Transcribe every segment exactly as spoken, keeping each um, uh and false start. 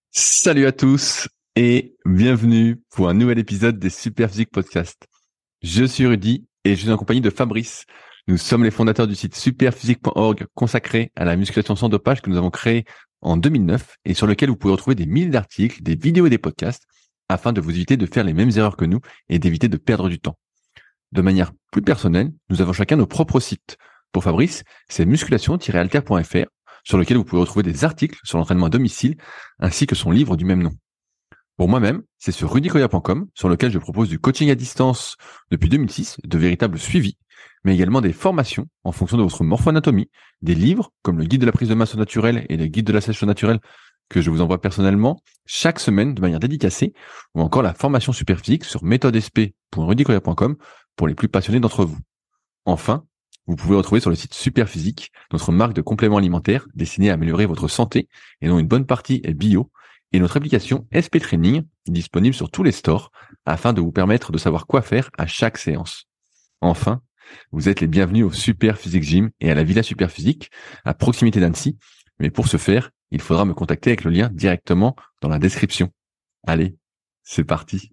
Salut à tous et bienvenue pour un nouvel épisode des Superphysique Podcast. Je suis Rudy et je suis en compagnie de Fabrice. Nous sommes les fondateurs du site superphysique point org consacré à la musculation sans dopage que nous avons créé en deux mille neuf et sur lequel vous pouvez retrouver des milliers d'articles, des vidéos et des podcasts afin de vous éviter de faire les mêmes erreurs que nous et d'éviter de perdre du temps. De manière plus personnelle, nous avons chacun nos propres sites. Pour Fabrice, c'est musculation tiret alter point f r sur lequel vous pouvez retrouver des articles sur l'entraînement à domicile ainsi que son livre du même nom. Pour moi-même, c'est sur rudy koya point com sur lequel je propose du coaching à distance depuis deux mille six, de véritables suivis, mais également des formations en fonction de votre morpho-anatomie, des livres comme le guide de la prise de masse naturelle et le guide de la sèche naturelle que je vous envoie personnellement chaque semaine de manière dédicacée, ou encore la formation Superphysique sur méthode s p point rudy koya point com pour les plus passionnés d'entre vous. Enfin, vous pouvez retrouver sur le site Superphysique notre marque de compléments alimentaires destinée à améliorer votre santé et dont une bonne partie est bio, et notre application S P Training disponible sur tous les stores afin de vous permettre de savoir quoi faire à chaque séance. Enfin, vous êtes les bienvenus au Superphysique Gym et à la Villa Superphysique à proximité d'Annecy, mais pour ce faire, il faudra me contacter avec le lien directement dans la description. Allez, c'est parti.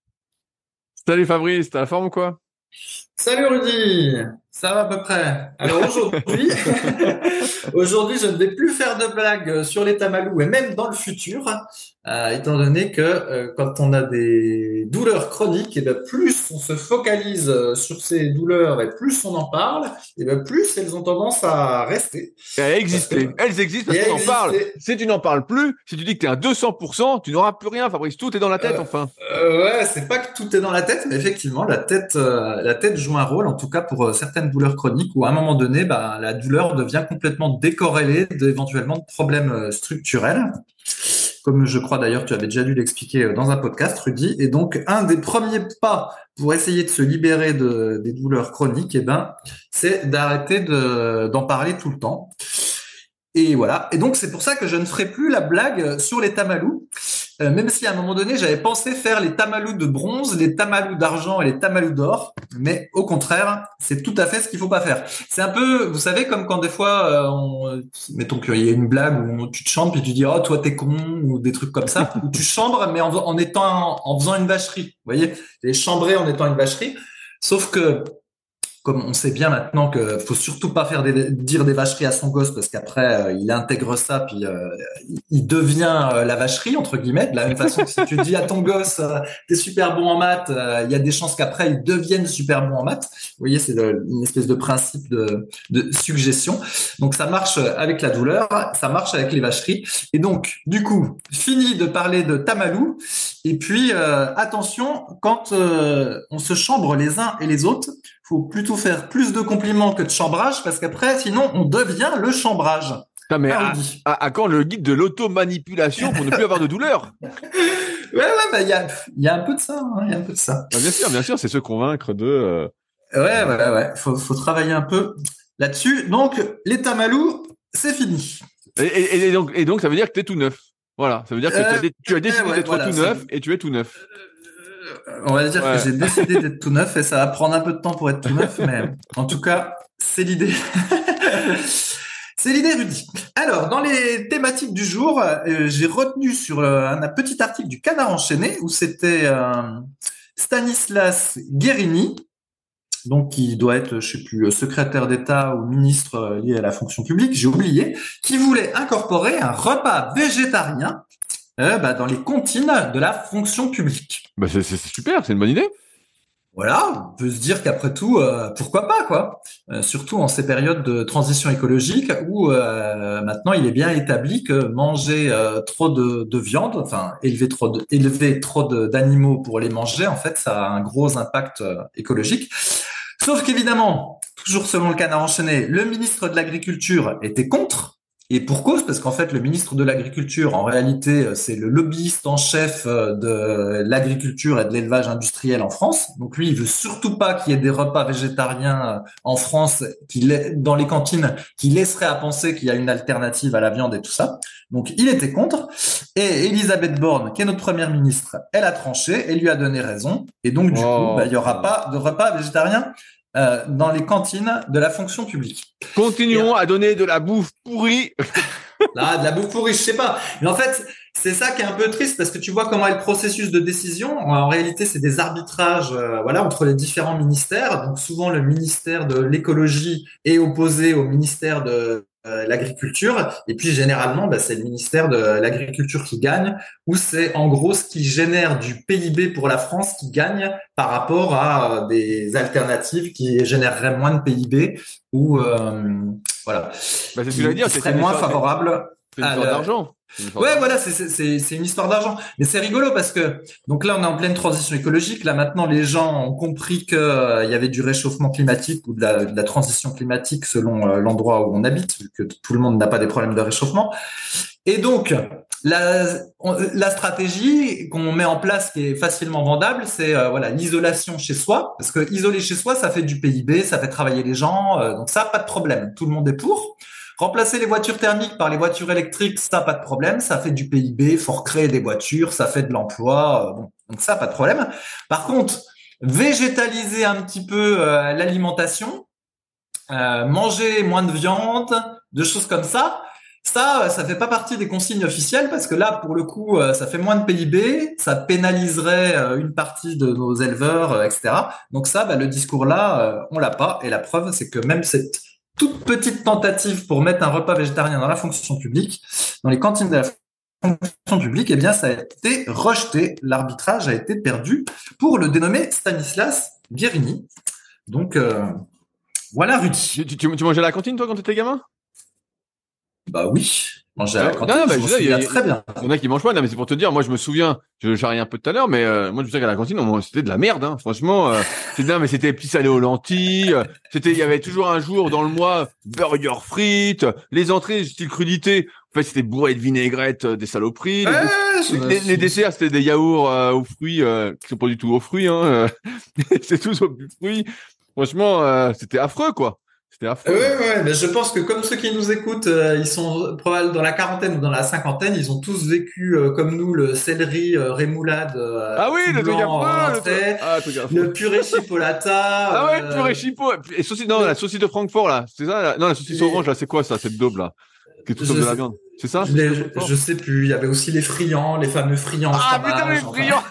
Salut Fabrice, t'as la forme ou quoi? Salut Rudy, ça va à peu près. Alors aujourd'hui, aujourd'hui je ne vais plus faire de blagues sur les tamalous et même dans le futur, euh, étant donné que euh, quand on a des douleurs chroniques, et ben plus on se focalise euh, sur ces douleurs et plus on en parle, et ben plus elles ont tendance à rester. Elles Parce existent, que elles existent parce et qu'on en parle. exister. Si tu n'en parles plus, si tu dis que t'es à deux cents pour cent, tu n'auras plus rien, Fabrice. Tout est dans la tête, Euh, enfin. euh, ouais, c'est pas que tout est dans la tête, mais effectivement, la tête, euh, la tête joue un rôle, en tout cas pour euh, certaines douleurs chroniques, où à un moment donné, bah, la douleur devient complètement décorrélée d'éventuellement de problèmes euh, structurels, comme je crois d'ailleurs tu avais déjà dû l'expliquer euh, dans un podcast, Rudy. Et donc, un des premiers pas pour essayer de se libérer de, des douleurs chroniques, eh ben, c'est d'arrêter de, d'en parler tout le temps. Et voilà. Et donc, c'est pour ça que je ne ferai plus la blague sur les tamalous. Euh, même si à un moment donné, j'avais pensé faire les tamalous de bronze, les tamalous d'argent et les tamalous d'or. Mais au contraire, c'est tout à fait ce qu'il faut pas faire. C'est un peu, vous savez, comme quand des fois, euh, on, mettons qu'il y a une blague où tu te chambres puis tu dis, oh, toi, t'es con, ou des trucs comme ça. Ou tu chambres, mais en, en étant, en faisant une vacherie. Vous voyez? Les chambrer en étant une vacherie. Sauf que, comme on sait bien maintenant que faut surtout pas faire des, dire des vacheries à son gosse parce qu'après euh, il intègre ça puis euh, il devient euh, la vacherie entre guillemets, de la même façon que si tu dis à ton gosse euh, t'es super bon en maths, euh, il y a des chances qu'après il devienne super bon en maths. Vous voyez, c'est de, une espèce de principe de, de suggestion. Donc ça marche avec la douleur, ça marche avec les vacheries. Et donc du coup, fini de parler de tamalou. Et puis euh, attention, quand euh, on se chambre les uns et les autres, faut plutôt faire plus de compliments que de chambrage parce qu'après, sinon, on devient le chambrage. Putain, mais Ah, à, Rudy. à- à quand le guide de l'auto-manipulation pour ne plus avoir de douleur? Ouais, ouais, bah, il y a, il y a un peu de ça, hein, il y a un peu de ça. Bah, bien sûr, bien sûr, c'est se convaincre de... euh, Ouais, ouais, ouais. Faut, faut travailler un peu là-dessus. Donc, les tamalous, c'est fini. Et, et- et donc, et donc, ça veut dire que t'es tout neuf. Voilà, ça veut dire que tu as, Euh, dé- tu as ouais, décidé ouais, d'être voilà. tout Ça, neuf et tu es tout neuf. euh, on va dire que Ouais. j'ai décidé d'être tout neuf et ça va prendre un peu de temps pour être tout neuf, mais en tout cas, c'est l'idée. C'est l'idée, Rudy. Alors, dans les thématiques du jour, euh, j'ai retenu sur euh, un petit article du Canard enchaîné où c'était euh, Stanislas Guérini, donc qui doit être, je sais plus, secrétaire d'État ou ministre euh, lié à la fonction publique, j'ai oublié, qui voulait incorporer un repas végétarien euh, bah, dans les cantines de la fonction publique. Bah, c'est c'est super, c'est une bonne idée. Voilà, on peut se dire qu'après tout, euh, pourquoi pas, quoi. Euh, surtout en ces périodes de transition écologique où euh, maintenant il est bien établi que manger euh, trop de, de viande, enfin élever trop de, élever trop de- d'animaux pour les manger, en fait, ça a un gros impact euh, écologique. Sauf qu'évidemment, toujours selon le Canard enchaîné, le ministre de l'Agriculture était contre. Et pour cause, parce qu'en fait, le ministre de l'Agriculture, en réalité, c'est le lobbyiste en chef de l'agriculture et de l'élevage industriel en France. Donc lui, il veut surtout pas qu'il y ait des repas végétariens en France, qui, dans les cantines, qui laisseraient à penser qu'il y a une alternative à la viande et tout ça. Donc il était contre. Et Elisabeth Borne, qui est notre première ministre, elle a tranché et lui a donné raison. Et donc du coup, bah, Oh, il y aura putain. pas de repas végétariens euh, dans les cantines de la fonction publique. Et Continuons à donner de la bouffe pourrie Là, de la bouffe pourrie, je sais pas. Mais en fait, c'est ça qui est un peu triste parce que tu vois comment est le processus de décision. En réalité, c'est des arbitrages, euh, voilà, entre les différents ministères. Donc souvent, le ministère de l'écologie est opposé au ministère de euh, l'agriculture. Et puis généralement, bah, c'est le ministère de l'agriculture qui gagne, ou c'est en gros ce qui génère du P I B pour la France qui gagne par rapport à euh, des alternatives qui généreraient moins de P I B ou euh, voilà, Bah, c'est ce que j'allais qui, dire, qui c'est c'est serait une moins histoire, c'est favorable c'est une à histoire la... d'argent. C'est une histoire Ouais, d'argent. voilà, c'est c'est c'est c'est une histoire d'argent, mais c'est rigolo parce que donc là on est en pleine transition écologique. Là maintenant les gens ont compris que euh, il y avait du réchauffement climatique ou de la, de la transition climatique selon euh, l'endroit où on habite, vu que t- tout le monde n'a pas des problèmes de réchauffement. Et donc la on- la stratégie qu'on met en place qui est facilement vendable, c'est euh, voilà l'isolation chez soi, parce que isoler chez soi ça fait du P I B, ça fait travailler les gens, euh, donc ça pas de problème, tout le monde est pour. Remplacer les voitures thermiques par les voitures électriques, ça, pas de problème. Ça fait du P I B, faut recréer des voitures, ça fait de l'emploi. euh, Bon, donc ça, pas de problème. Par contre, végétaliser un petit peu euh, l'alimentation, euh, manger moins de viande, de choses comme ça, ça, euh, ça fait pas partie des consignes officielles parce que là, pour le coup, euh, ça fait moins de P I B, ça pénaliserait euh, une partie de nos éleveurs, euh, et cetera. Donc ça, bah, le discours-là, euh, on l'a pas. Et la preuve, c'est que même cette toute petite tentative pour mettre un repas végétarien dans la fonction publique, dans les cantines de la fonction publique, eh bien, ça a été rejeté. L'arbitrage a été perdu pour le dénommé Stanislas Guérini. Donc, euh, voilà, Rudy. Tu, tu, tu tu mangeais à la cantine, toi, quand t'étais gamin? Bah oui, manger à la Ouais. Non, cantine, non, bah, je je m'en sais, il y, a- souviens très bien. il y en a qui mangent pas. Non, mais c'est pour te dire, moi, je me souviens, je charriais un peu tout à l'heure, mais euh, moi, je me souviens qu'à la cantine, on, mange- c'était de la merde, hein. Franchement, euh, c'était, non, mais c'était petits salés aux lentilles. euh, C'était, il y avait toujours un jour dans le mois, burger frites, les entrées, style crudité. En fait, c'était bourré de vinaigrette, euh, des saloperies. Les, dé- Ouais, je les, me les- les suis... desserts, c'était des yaourts euh, aux fruits, euh, qui sont pas du tout aux fruits, hein. euh. C'est tous aux fruits. Franchement, euh, c'était affreux, quoi. C'était Ouais, affreux. ouais, mais je pense que comme ceux qui nous écoutent, euh, ils sont probablement dans la quarantaine ou dans la cinquantaine, ils ont tous vécu euh, comme nous le céleri euh, rémoulade euh, Ah oui, tout le truc blanc en affreux, le truc, entrée, ah, le truc affreux. le purée chipolata, Ah ouais, purée euh, chipot. Et saucisse, non, la les, saucisse de Francfort, là. C'est ça, là. Non, la saucisse orange, là, les, c'est quoi, ça, cette daube, là? Qui est tout sauf je de la sais, viande. C'est ça, saucisse de les- Francfort? je sais plus. Il y avait aussi les friands, les fameux friands au Ah, putain, les fromage. Enfin, friands!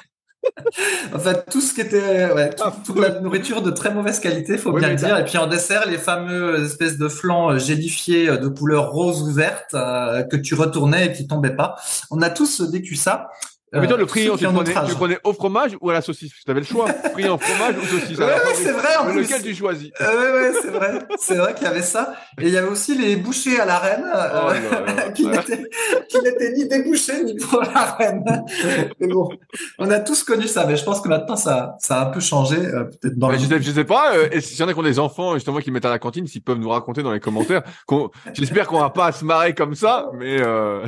en fait, tout ce qui était, ouais, tout- toute Affreux. la nourriture de très mauvaise qualité, faut Oui, bien mais le dire. t'as, Et puis en dessert, les fameux espèces de flans euh, gélifiés euh, de couleur rose ou verte euh, que tu retournais et qui tombaient pas. On a tous vécu ça. ah, mais toi, Euh, le tous ceux friand, qui tu le ont notre prenais, tu âge. le prenais au fromage ou à la saucisse? Parce que t'avais le choix. Friand, fromage ou saucisse. Ouais, Alors, ouais, c'est Fabrice, vrai en lequel plus. tu choisis? Euh, ouais, ouais, c'est vrai. C'est vrai qu'il y avait ça. Et il y avait aussi les bouchées à la reine, Oh euh, là qui là. n'étaient, qui n'étaient ni des bouchées ni pour la reine. Mais bon, on a tous connu ça. Mais je pense que maintenant, ça, ça a un peu changé, euh, peut-être dans Ben, le... je sais, je sais pas, euh, et s'il y en a qui ont des enfants, justement, qui mettent à la cantine, s'ils peuvent nous raconter dans les commentaires, qu'on, j'espère qu'on va pas à se marrer comme ça, mais, euh,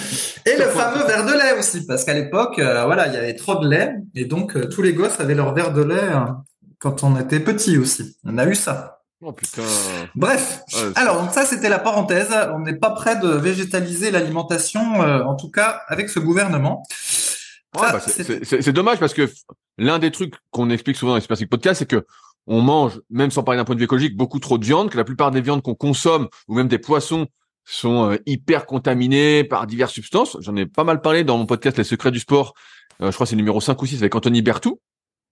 Et le sur quoi, fameux verre de lait aussi, parce qu'à l'époque, euh, voilà, il y avait trop de lait. Et donc, euh, tous les gosses avaient leur verre de lait euh, quand on était petit aussi. On a eu ça. oh putain. Bref, Ah, c'est- alors donc ça c'était la parenthèse. On n'est pas prêt de végétaliser l'alimentation, euh, en tout cas avec ce gouvernement. Ouais, Ça, bah c'est c'était... c'est- c'est- c'est dommage parce que f- l'un des trucs qu'on explique souvent dans les Super Physique Podcast, c'est que on mange, même sans parler d'un point de vue écologique, beaucoup trop de viande, que la plupart des viandes qu'on consomme, ou même des poissons, sont euh, hyper contaminés par diverses substances. J'en ai pas mal parlé dans mon podcast Les Secrets du Sport. Euh, je crois que c'est le numéro cinq ou six avec Anthony Berthoud.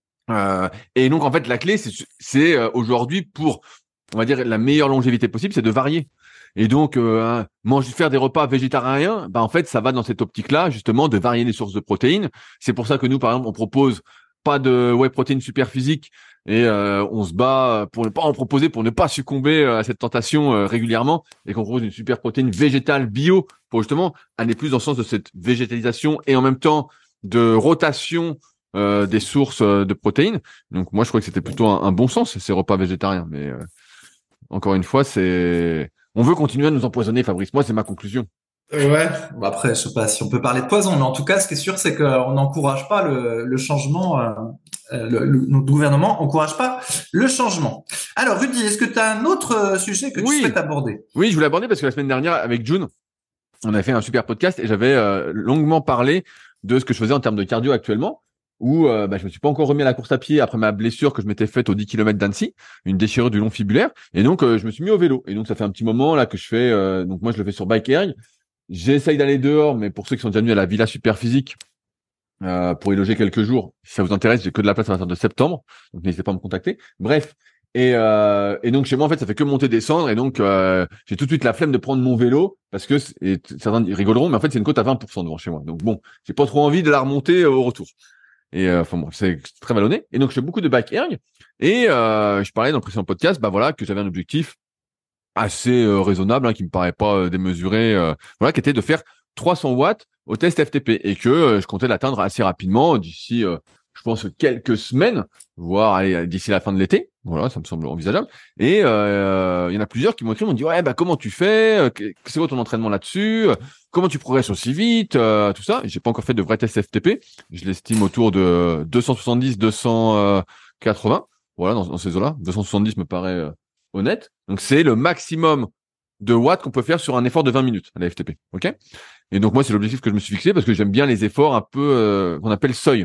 Euh, et donc, en fait, la clé, c'est c'est, euh, aujourd'hui, pour, on va dire, la meilleure longévité possible, c'est de varier. Et donc, euh, hein, manger, faire des repas végétariens, bah, en fait, ça va dans cette optique-là, justement, de varier les sources de protéines. C'est pour ça que nous, par exemple, on propose pas de whey protéines super physique et euh, on se bat pour ne pas en proposer, pour ne pas succomber à cette tentation euh, régulièrement, et qu'on propose une super protéine végétale bio pour justement aller plus dans le sens de cette végétalisation et en même temps de rotation euh, des sources euh, de protéines. Donc moi, je crois que c'était plutôt un, un bon sens, ces repas végétariens. Mais euh, encore une fois, c'est on veut continuer à nous empoisonner, Fabrice. Moi, c'est ma conclusion. Ouais. Bon, après, je sais pas si on peut parler de poison, mais en tout cas, ce qui est sûr, c'est qu'on n'encourage pas le, le changement. Euh, euh, le, le- notre gouvernement n'encourage pas le changement. Alors, Rudy, est-ce que tu as un autre euh, sujet que tu Oui, souhaites aborder? oui, je voulais aborder parce que la semaine dernière, avec June, on a fait un super podcast et j'avais euh, longuement parlé de ce que je faisais en termes de cardio actuellement, où euh, bah, je me suis pas encore remis à la course à pied après ma blessure que je m'étais faite aux dix kilomètres d'Annecy, une déchirure du long fibulaire, et donc euh, je me suis mis au vélo. Et donc ça fait un petit moment là que je fais, euh, donc moi je le fais sur Bike Air, j'essaye d'aller dehors, mais pour ceux qui sont déjà venus à la Villa Superphysique, euh, pour y loger quelques jours, si ça vous intéresse, j'ai que de la place à partir de septembre, donc n'hésitez pas à me contacter. Bref. Et, euh, et donc chez moi en fait ça fait que monter descendre et donc euh, j'ai tout de suite la flemme de prendre mon vélo parce que et certains rigoleront mais en fait c'est une côte à vingt pour cent devant chez moi donc bon j'ai pas trop envie de la remonter euh, au retour et euh, enfin bon c'est très vallonné et donc je fais beaucoup de bike erg et euh, je parlais dans le précédent podcast bah voilà que j'avais un objectif assez euh, raisonnable hein, qui me paraît pas euh, démesuré euh, voilà qui était de faire trois cents watts au test F T P et que euh, je comptais l'atteindre assez rapidement d'ici euh, je pense quelques semaines, voire allez, d'ici la fin de l'été. Voilà, ça me semble envisageable. Et euh, il y en a plusieurs qui m'ont écrit, m'ont dit ouais bah comment tu fais, c'est quoi ton entraînement là-dessus, comment tu progresses aussi vite, euh, tout ça. J'ai pas encore fait de vrai test F T P. Je l'estime autour de deux cent soixante-dix, deux cent quatre-vingts. Voilà, dans, dans ces eaux-là. deux cent soixante-dix me paraît euh, honnête. Donc c'est le maximum de watts qu'on peut faire sur un effort de vingt minutes à la F T P. Ok. Et donc moi c'est l'objectif que je me suis fixé parce que j'aime bien les efforts un peu euh, qu'on appelle seuil.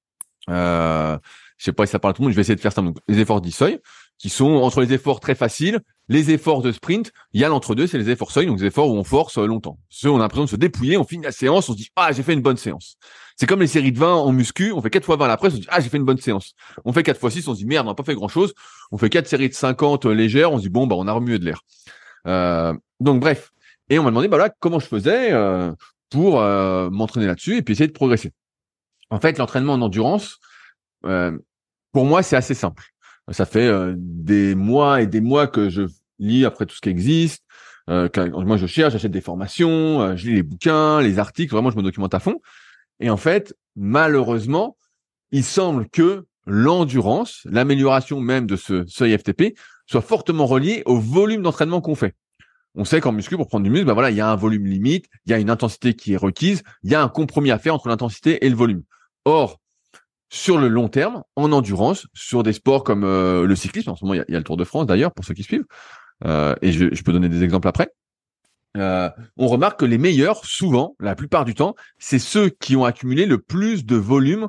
Euh, je sais pas si ça parle à tout le monde, je vais essayer de faire ça. Donc, les efforts dits seuil, qui sont entre les efforts très faciles, les efforts de sprint, il y a l'entre-deux, c'est les efforts seuil, donc les efforts où on force longtemps. Ceux où on a l'impression de se dépouiller, on finit la séance, on se dit, ah, j'ai fait une bonne séance. C'est comme les séries de vingt en muscu, on fait quatre fois vingt à la presse, on se dit, ah, j'ai fait une bonne séance. On fait quatre fois six, on se dit, merde, on n'a pas fait grand chose. On fait quatre séries de cinquante légères, on se dit, bon, bah, on a remué de l'air. Euh, donc, bref. Et on m'a demandé, bah là, comment je faisais, euh, pour, euh, m'entraîner là-dessus et puis essayer de progresser. En fait, l'entraînement en endurance, Euh, pour moi, c'est assez simple. Ça fait euh, des mois et des mois que je lis après tout ce qui existe. Euh, que, moi, je cherche, j'achète des formations, euh, je lis les bouquins, les articles. Vraiment, je me documente à fond. Et en fait, malheureusement, il semble que l'endurance, l'amélioration même de ce seuil F T P, soit fortement reliée au volume d'entraînement qu'on fait. On sait qu'en muscu, pour prendre du muscle, ben voilà, il y a un volume limite, il y a une intensité qui est requise, il y a un compromis à faire entre l'intensité et le volume. Or, sur le long terme, en endurance, sur des sports comme euh, le cyclisme, en ce moment il y a, il y a le Tour de France d'ailleurs pour ceux qui suivent, euh, et je, je peux donner des exemples après. Euh, on remarque que les meilleurs, souvent, la plupart du temps, c'est ceux qui ont accumulé le plus de volume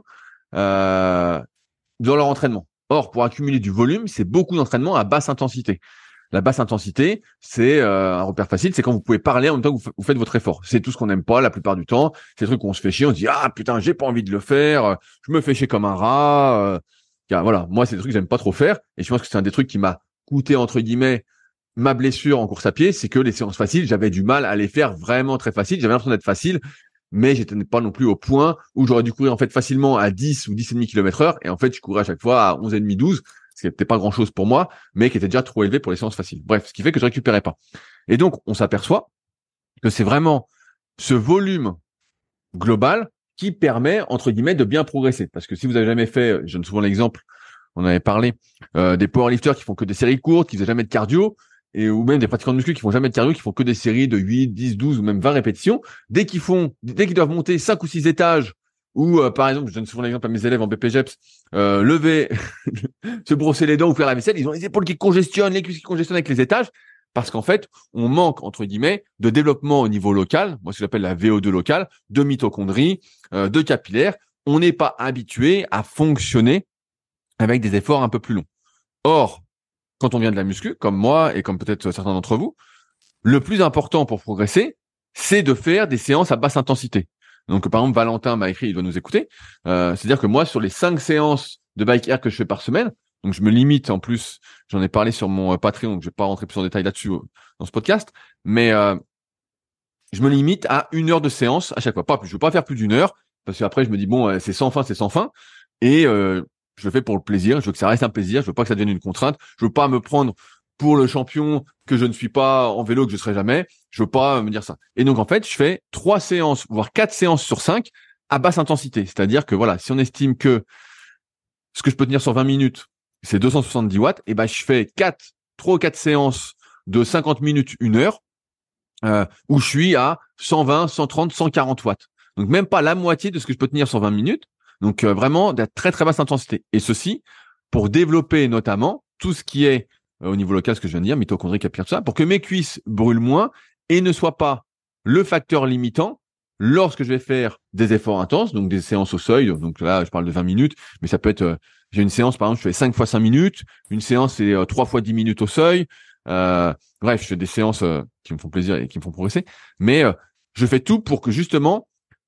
euh, dans leur entraînement. Or, pour accumuler du volume, c'est beaucoup d'entraînement à basse intensité. La basse intensité, c'est euh, un repère facile, c'est quand vous pouvez parler en même temps que vous, f- vous faites votre effort. C'est tout ce qu'on n'aime pas la plupart du temps. C'est des trucs où on se fait chier, on se dit ah putain j'ai pas envie de le faire, euh, je me fais chier comme un rat. Euh, car, voilà, moi c'est des trucs que j'aime pas trop faire et je pense que c'est un des trucs qui m'a coûté entre guillemets ma blessure en course à pied, c'est que les séances faciles, j'avais du mal à les faire vraiment très faciles. J'avais l'impression d'être facile, mais j'étais pas non plus au point où j'aurais dû courir en fait facilement à dix ou dix virgule cinq kilomètres heure et en fait je courais à chaque fois à onze virgule cinq douze ce qui n'était pas grand chose pour moi, mais qui était déjà trop élevé pour les séances faciles. Bref, ce qui fait que je récupérais pas. Et donc, on s'aperçoit que c'est vraiment ce volume global qui permet, entre guillemets, de bien progresser. Parce que si vous avez jamais fait, je donne souvent l'exemple, on en avait parlé, euh, des powerlifters qui font que des séries courtes, qui faisaient jamais de cardio, et ou même des pratiquants de muscu qui font jamais de cardio, qui font que des séries de huit, dix, douze ou même vingt répétitions, dès qu'ils font, dès qu'ils doivent monter cinq ou six étages, ou euh, par exemple, je donne souvent l'exemple à mes élèves en B P G E P S, euh, lever, se brosser les dents ou faire la vaisselle, ils ont les épaules qui congestionnent, les cuisses qui congestionnent avec les étages, parce qu'en fait, on manque, entre guillemets, de développement au niveau local, moi ce que j'appelle la V O deux locale, de mitochondrie, euh, de capillaires. On n'est pas habitué à fonctionner avec des efforts un peu plus longs. Or, quand on vient de la muscu, comme moi et comme peut-être certains d'entre vous, le plus important pour progresser, c'est de faire des séances à basse intensité. Donc, par exemple, Valentin m'a écrit, il doit nous écouter. Euh, c'est-à-dire que moi, sur les cinq séances de bike air que je fais par semaine, donc je me limite, en plus, j'en ai parlé sur mon Patreon, donc je vais pas rentrer plus en détail là-dessus euh, dans ce podcast, mais euh, je me limite à une heure de séance à chaque fois. Pas plus. Je veux pas faire plus d'une heure, parce qu'après, je me dis, bon, euh, c'est sans fin, c'est sans fin. Et euh, je le fais pour le plaisir. Je veux que ça reste un plaisir. Je veux pas que ça devienne une contrainte. Je veux pas me prendre pour le champion que je ne suis pas en vélo, que je serai jamais. Je veux pas me dire ça. Et donc, en fait, je fais trois séances, voire quatre séances sur cinq à basse intensité. C'est-à-dire que voilà, si on estime que ce que je peux tenir sur vingt minutes, c'est deux cent soixante-dix watts, et ben, je fais quatre, trois ou quatre séances de cinquante minutes, une heure, euh, où je suis à cent vingt, cent trente, cent quarante watts. Donc, même pas la moitié de ce que je peux tenir sur vingt minutes. Donc, euh, vraiment, de très, très basse intensité. Et ceci, pour développer notamment tout ce qui est euh, au niveau local, ce que je viens de dire, mitochondrie, capillaire, tout ça, pour que mes cuisses brûlent moins et ne soient pas le facteur limitant lorsque je vais faire des efforts intenses, donc des séances au seuil. Donc là, je parle de vingt minutes, mais ça peut être, euh, j'ai une séance, par exemple, je fais cinq fois cinq minutes. Une séance, c'est euh, trois fois dix minutes au seuil. Euh, bref, je fais des séances euh, qui me font plaisir et qui me font progresser. Mais euh, je fais tout pour que justement,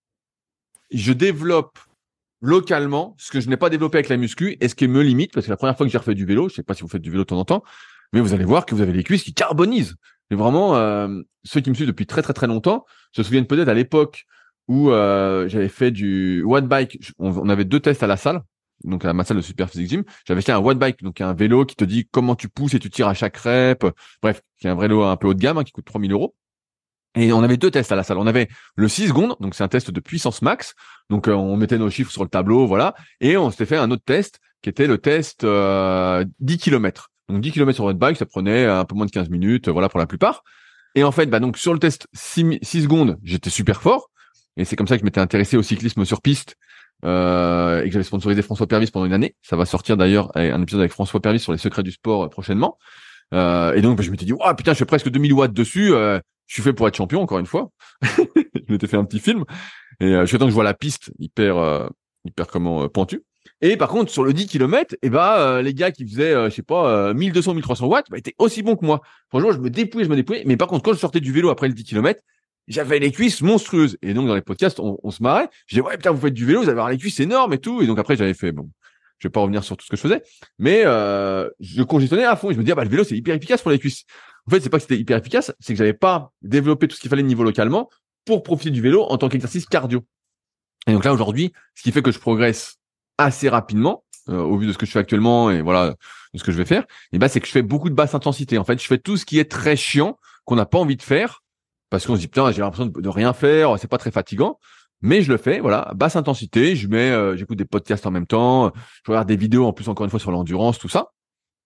je développe localement ce que je n'ai pas développé avec la muscu et ce qui me limite, parce que la première fois que j'ai refait du vélo, je sais pas si vous faites du vélo de temps en temps, mais vous allez voir que vous avez les cuisses qui carbonisent. Et vraiment, euh, ceux qui me suivent depuis très très très longtemps se souviennent peut-être à l'époque où euh, j'avais fait du one bike. On, on avait deux tests à la salle, donc à ma salle de Super Physique Gym. J'avais acheté un one bike, donc un vélo qui te dit comment tu pousses et tu tires à chaque rep. Bref, qui est un vélo un peu haut de gamme, hein, qui coûte trois mille euros. Et on avait deux tests à la salle. On avait le six secondes, donc c'est un test de puissance max. Donc euh, on mettait nos chiffres sur le tableau, voilà. Et on s'était fait un autre test qui était le test euh, dix kilomètres. Donc dix kilomètres sur votre bike, ça prenait un peu moins de quinze minutes, voilà pour la plupart. Et en fait, bah donc sur le test six secondes, j'étais super fort. Et c'est comme ça que je m'étais intéressé au cyclisme sur piste euh, et que j'avais sponsorisé François Pervis pendant une année. Ça va sortir d'ailleurs un épisode avec François Pervis sur les secrets du sport euh, prochainement. Euh, et donc bah, je m'étais dit, oh putain, je fais presque deux mille watts dessus. Euh, je suis fait pour être champion encore une fois. Je m'étais fait un petit film. Et euh, jusqu'à temps que je vois la piste hyper, euh, hyper comment euh, pentue. Et par contre, sur le dix kilomètres, et bah euh, les gars qui faisaient, euh, je sais pas, euh, mille deux cents, mille trois cents watts, bah, étaient aussi bons que moi. Franchement, je me dépouillais, je me dépouillais. Mais par contre, quand je sortais du vélo après le dix kilomètres, j'avais les cuisses monstrueuses. Et donc dans les podcasts, on, on se marrait. Je disais ouais putain, vous faites du vélo, vous avez les cuisses énormes et tout. Et donc après, j'avais fait bon. Je vais pas revenir sur tout ce que je faisais, mais euh, je congestionnais à fond. Et je me disais ah, bah le vélo c'est hyper efficace pour les cuisses. En fait, c'est pas que c'était hyper efficace, c'est que j'avais pas développé tout ce qu'il fallait niveau localement pour profiter du vélo en tant qu'exercice cardio. Et donc là aujourd'hui, ce qui fait que je progresse assez rapidement euh, au vu de ce que je fais actuellement et voilà de ce que je vais faire, et ben c'est que je fais beaucoup de basse intensité. En fait, je fais tout ce qui est très chiant qu'on n'a pas envie de faire parce qu'on se dit putain j'ai l'impression de, de rien faire, c'est pas très fatigant. Mais je le fais, voilà, basse intensité. Je mets, euh, j'écoute des podcasts en même temps. Je regarde des vidéos en plus encore une fois sur l'endurance, tout ça.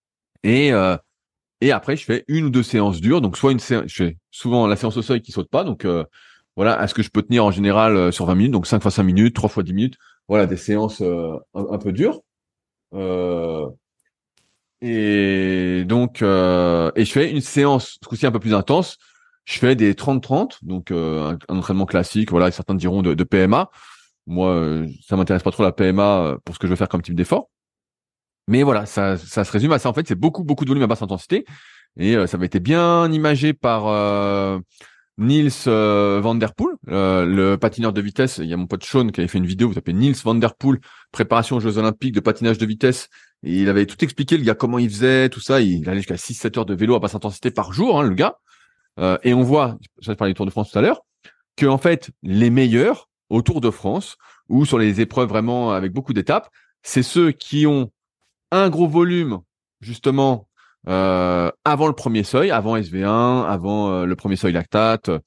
Et euh, et après je fais une ou deux séances dures. Donc soit une séance, je fais souvent la séance au seuil qui saute pas. Donc euh, voilà, à ce que je peux tenir en général euh, sur vingt minutes. Donc cinq fois cinq minutes, trois fois dix minutes. Voilà, des séances euh, un, un peu dures. Euh, et donc euh, et je fais une séance, ce coup-ci un peu plus intense. Je fais des trente trente, donc euh, un, un entraînement classique. Voilà, certains diront de, de P M A. Moi, euh, ça m'intéresse pas trop la P M A euh, pour ce que je veux faire comme type d'effort. Mais voilà, ça, ça se résume à ça. En fait, c'est beaucoup, beaucoup de volume à basse intensité. Et euh, ça avait été bien imagé par euh, Niels euh, Van Der Poel, euh, le patineur de vitesse. Il y a mon pote Sean qui avait fait une vidéo, vous appelez Niels Van Der Poel, préparation aux Jeux Olympiques de patinage de vitesse. Et il avait tout expliqué, le gars, comment il faisait, tout ça. Il allait jusqu'à six sept heures de vélo à basse intensité par jour, hein, le gars. Euh, et on voit, je parlais du Tour de France tout à l'heure, que en fait, les meilleurs au Tour de France ou sur les épreuves vraiment avec beaucoup d'étapes, c'est ceux qui ont un gros volume justement euh, avant le premier seuil, avant S V un, avant euh, le premier seuil lactate. Euh,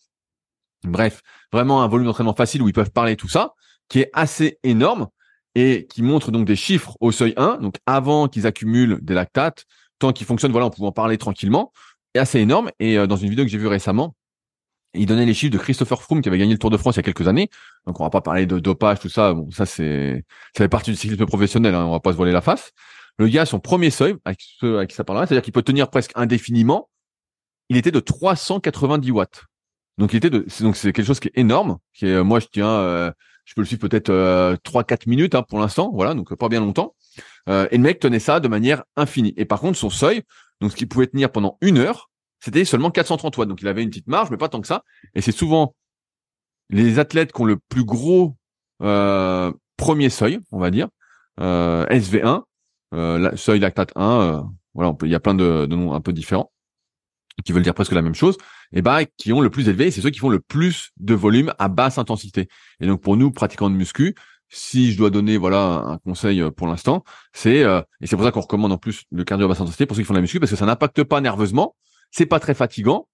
bref, vraiment un volume d'entraînement facile où ils peuvent parler tout ça, qui est assez énorme et qui montre donc des chiffres au seuil un, donc avant qu'ils accumulent des lactates, tant qu'ils fonctionnent, voilà, on pouvant parler tranquillement, est assez énorme. Et euh, dans une vidéo que j'ai vue récemment, il donnait les chiffres de Christopher Froome qui avait gagné le Tour de France il y a quelques années. Donc on va pas parler de dopage, tout ça. Bon, ça c'est, ça fait partie du cyclisme professionnel. Hein, on va pas se voiler la face. Le gars, son premier seuil, avec ceux avec qui ça parlera, c'est-à-dire qu'il peut tenir presque indéfiniment. Il était de trois cent quatre-vingt-dix watts. Donc il était de, c'est, donc c'est quelque chose qui est énorme. Qui est, moi je tiens, euh, je peux le suivre peut-être euh, trois quatre minutes hein, pour l'instant. Voilà, donc pas bien longtemps. Euh, et le mec tenait ça de manière infinie. Et par contre son seuil, donc ce qu'il pouvait tenir pendant une heure, c'était seulement quatre cent trente watts. Donc, il avait une petite marge, mais pas tant que ça. Et c'est souvent les athlètes qui ont le plus gros euh, premier seuil, on va dire, euh, S V un, euh, la, seuil lactate un, euh, voilà, on peut, il y a plein de, de noms un peu différents qui veulent dire presque la même chose, et bah, qui ont le plus élevé, c'est ceux qui font le plus de volume à basse intensité. Et donc, pour nous, pratiquants de muscu, si je dois donner voilà un conseil pour l'instant, c'est euh, et c'est pour ça qu'on recommande en plus le cardio à basse intensité pour ceux qui font de la muscu, parce que ça n'impacte pas nerveusement. C'est pas très fatigant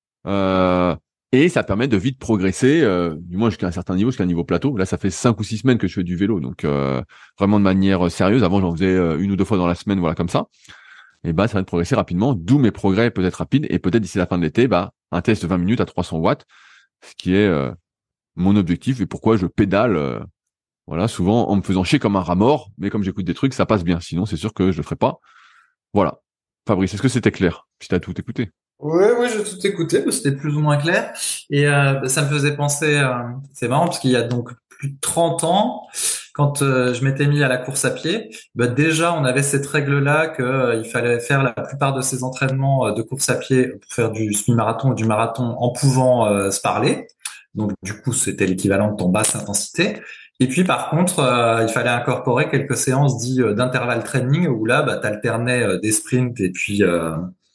euh, et ça permet de vite progresser, euh, du moins jusqu'à un certain niveau, jusqu'à un niveau plateau. Là, ça fait cinq ou six semaines que je fais du vélo, donc euh, vraiment de manière sérieuse. Avant, j'en faisais une ou deux fois dans la semaine, voilà comme ça. Et bah, ça va de progresser rapidement, d'où mes progrès peut-être rapides et peut-être d'ici la fin de l'été, bah un test de vingt minutes à trois cents watts, ce qui est euh, mon objectif et pourquoi je pédale. Euh, voilà, souvent en me faisant chier comme un rat mort, mais comme j'écoute des trucs, ça passe bien. Sinon, c'est sûr que je le ferai pas. Voilà. Fabrice, est-ce que c'était clair? Puis t'as tout écouté. Oui, oui, j'ai tout écouté, parce que c'était plus ou moins clair. Et euh, ça me faisait penser, euh, c'est marrant, parce qu'il y a donc plus de trente ans, quand euh, je m'étais mis à la course à pied, bah déjà on avait cette règle-là que euh, il fallait faire la plupart de ces entraînements euh, de course à pied pour faire du semi-marathon ou du marathon en pouvant euh, se parler. Donc, du coup, c'était l'équivalent de ton basse intensité. Et puis, par contre, euh, il fallait incorporer quelques séances dites euh, d'intervalle training où là, bah, tu alternais euh, des sprints et puis euh,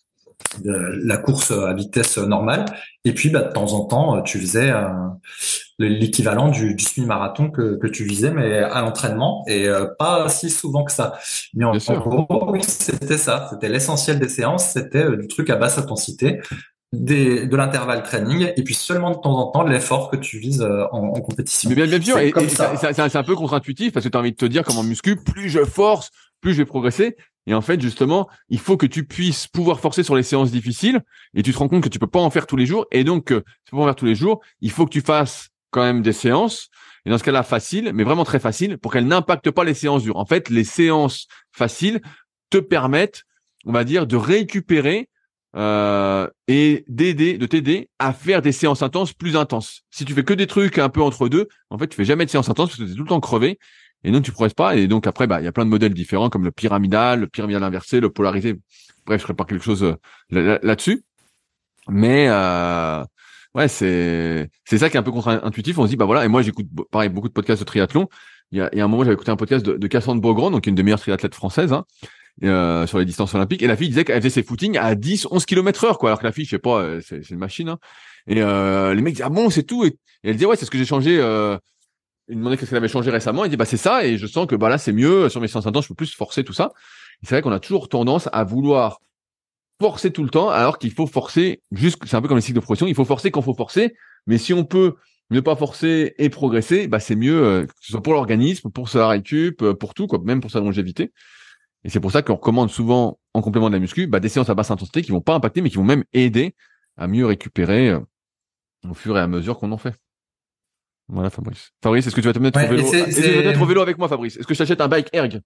de la course à vitesse normale. Et puis, bah, de temps en temps, euh, tu faisais euh, l'équivalent du, du semi-marathon que, que tu visais, mais à l'entraînement, et euh, pas si souvent que ça. Mais Bien en, en sûr. gros, oui, c'était ça. C'était l'essentiel des séances, c'était euh, du truc à basse intensité, des, de l'intervalle training, et puis seulement de temps en temps de l'effort que tu vises euh, en, en Mais compétition. bien, bien sûr, C'est et, comme et ça- ça. ça- ça- c'est un peu contre-intuitif parce que tu as envie de te dire comme en muscu, plus je force, plus je vais progresser. Et en fait, justement, il faut que tu puisses pouvoir forcer sur les séances difficiles et tu te rends compte que tu peux pas en faire tous les jours. Et donc, euh, tu peux pas en faire tous les jours. Il faut que tu fasses quand même des séances. Et dans ce cas-là, facile, mais vraiment très facile pour qu'elles n'impactent pas les séances dures. En fait, les séances faciles te permettent, on va dire, de récupérer euh, et d'aider, de t'aider à faire des séances intenses plus intenses. Si tu fais que des trucs un peu entre deux, en fait, tu fais jamais de séances intenses parce que tu es tout le temps crevé et donc tu progresses pas. Et donc après, bah, il y a plein de modèles différents comme le pyramidal, le pyramidal inversé, le polarisé. Bref, je ferai pas quelque chose euh, là- là-dessus. Mais euh, ouais, c'est c'est ça qui est un peu contre-intuitif. On se dit bah voilà. Et moi, j'écoute bo- pareil beaucoup de podcasts de triathlon. Il y a, il y a un moment, j'avais écouté un podcast de, de Cassandre Beaugrand, donc une des meilleures triathlètes françaises, hein, euh, sur les distances olympiques. Et la fille disait qu'elle faisait ses footings à dix, onze kilomètres heure, quoi. Alors que la fille, je sais pas, euh, c'est, c'est une machine, hein. Et euh, les mecs disaient, ah bon, c'est tout. Et, et elle disait, ouais, c'est ce que j'ai changé. Euh... Il me demandait qu'est-ce qu'elle avait changé récemment. Il dit, bah, c'est ça. Et je sens que, bah, là, c'est mieux. Sur mes séances intenses, je peux plus forcer tout ça. Et c'est vrai qu'on a toujours tendance à vouloir forcer tout le temps, alors qu'il faut forcer juste, c'est un peu comme les cycles de progression. Il faut forcer quand faut forcer. Mais si on peut ne pas forcer et progresser, bah, c'est mieux, euh, que ce soit pour l'organisme, pour sa récup, euh, pour tout, quoi, même pour sa longévité. Et c'est pour ça qu'on recommande souvent, en complément de la muscu, bah, des séances à basse intensité qui vont pas impacter, mais qui vont même aider à mieux récupérer euh, au fur et à mesure qu'on en fait. Voilà, Fabrice. Fabrice, est-ce que tu vas te mettre au Ouais, et vélo? c'est, Est-ce que tu vas te c'est... mettre au vélo avec moi, Fabrice? Est-ce que je t'achète un bike erg?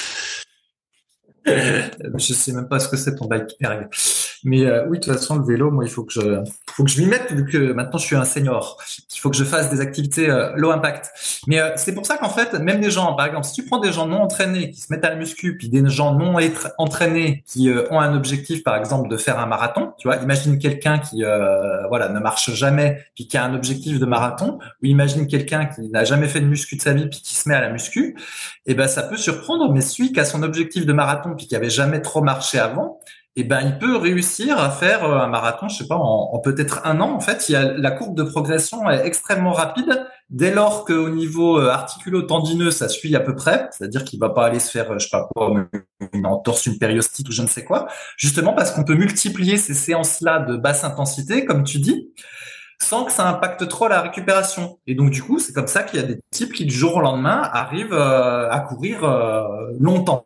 Je sais même pas ce que c'est ton bike erg. Mais euh, oui, de toute façon, le vélo, moi, il faut que je, faut que je m'y mette vu que maintenant je suis un senior. Il faut que je fasse des activités euh, low impact. Mais euh, c'est pour ça qu'en fait, même des gens, par exemple, si tu prends des gens non entraînés qui se mettent à la muscu, puis des gens non être- entraînés qui euh, ont un objectif, par exemple, de faire un marathon, tu vois, imagine quelqu'un qui, euh, voilà, ne marche jamais, puis qui a un objectif de marathon, ou imagine quelqu'un qui n'a jamais fait de muscu de sa vie, puis qui se met à la muscu. Et ben, ça peut surprendre, mais celui qui a son objectif de marathon, puis qui avait jamais trop marché avant, eh ben, il peut réussir à faire euh, un marathon, je sais pas, en, en peut-être un an. En fait, il y a la courbe de progression est extrêmement rapide dès lors qu'au niveau euh, articulo-tendineux, ça suit à peu près. C'est-à-dire qu'il va pas aller se faire, euh, je sais pas quoi, une entorse, une périostite ou je ne sais quoi. Justement parce qu'on peut multiplier ces séances-là de basse intensité, comme tu dis, sans que ça impacte trop la récupération. Et donc, du coup, c'est comme ça qu'il y a des types qui, du jour au lendemain, arrivent euh, à courir euh, longtemps.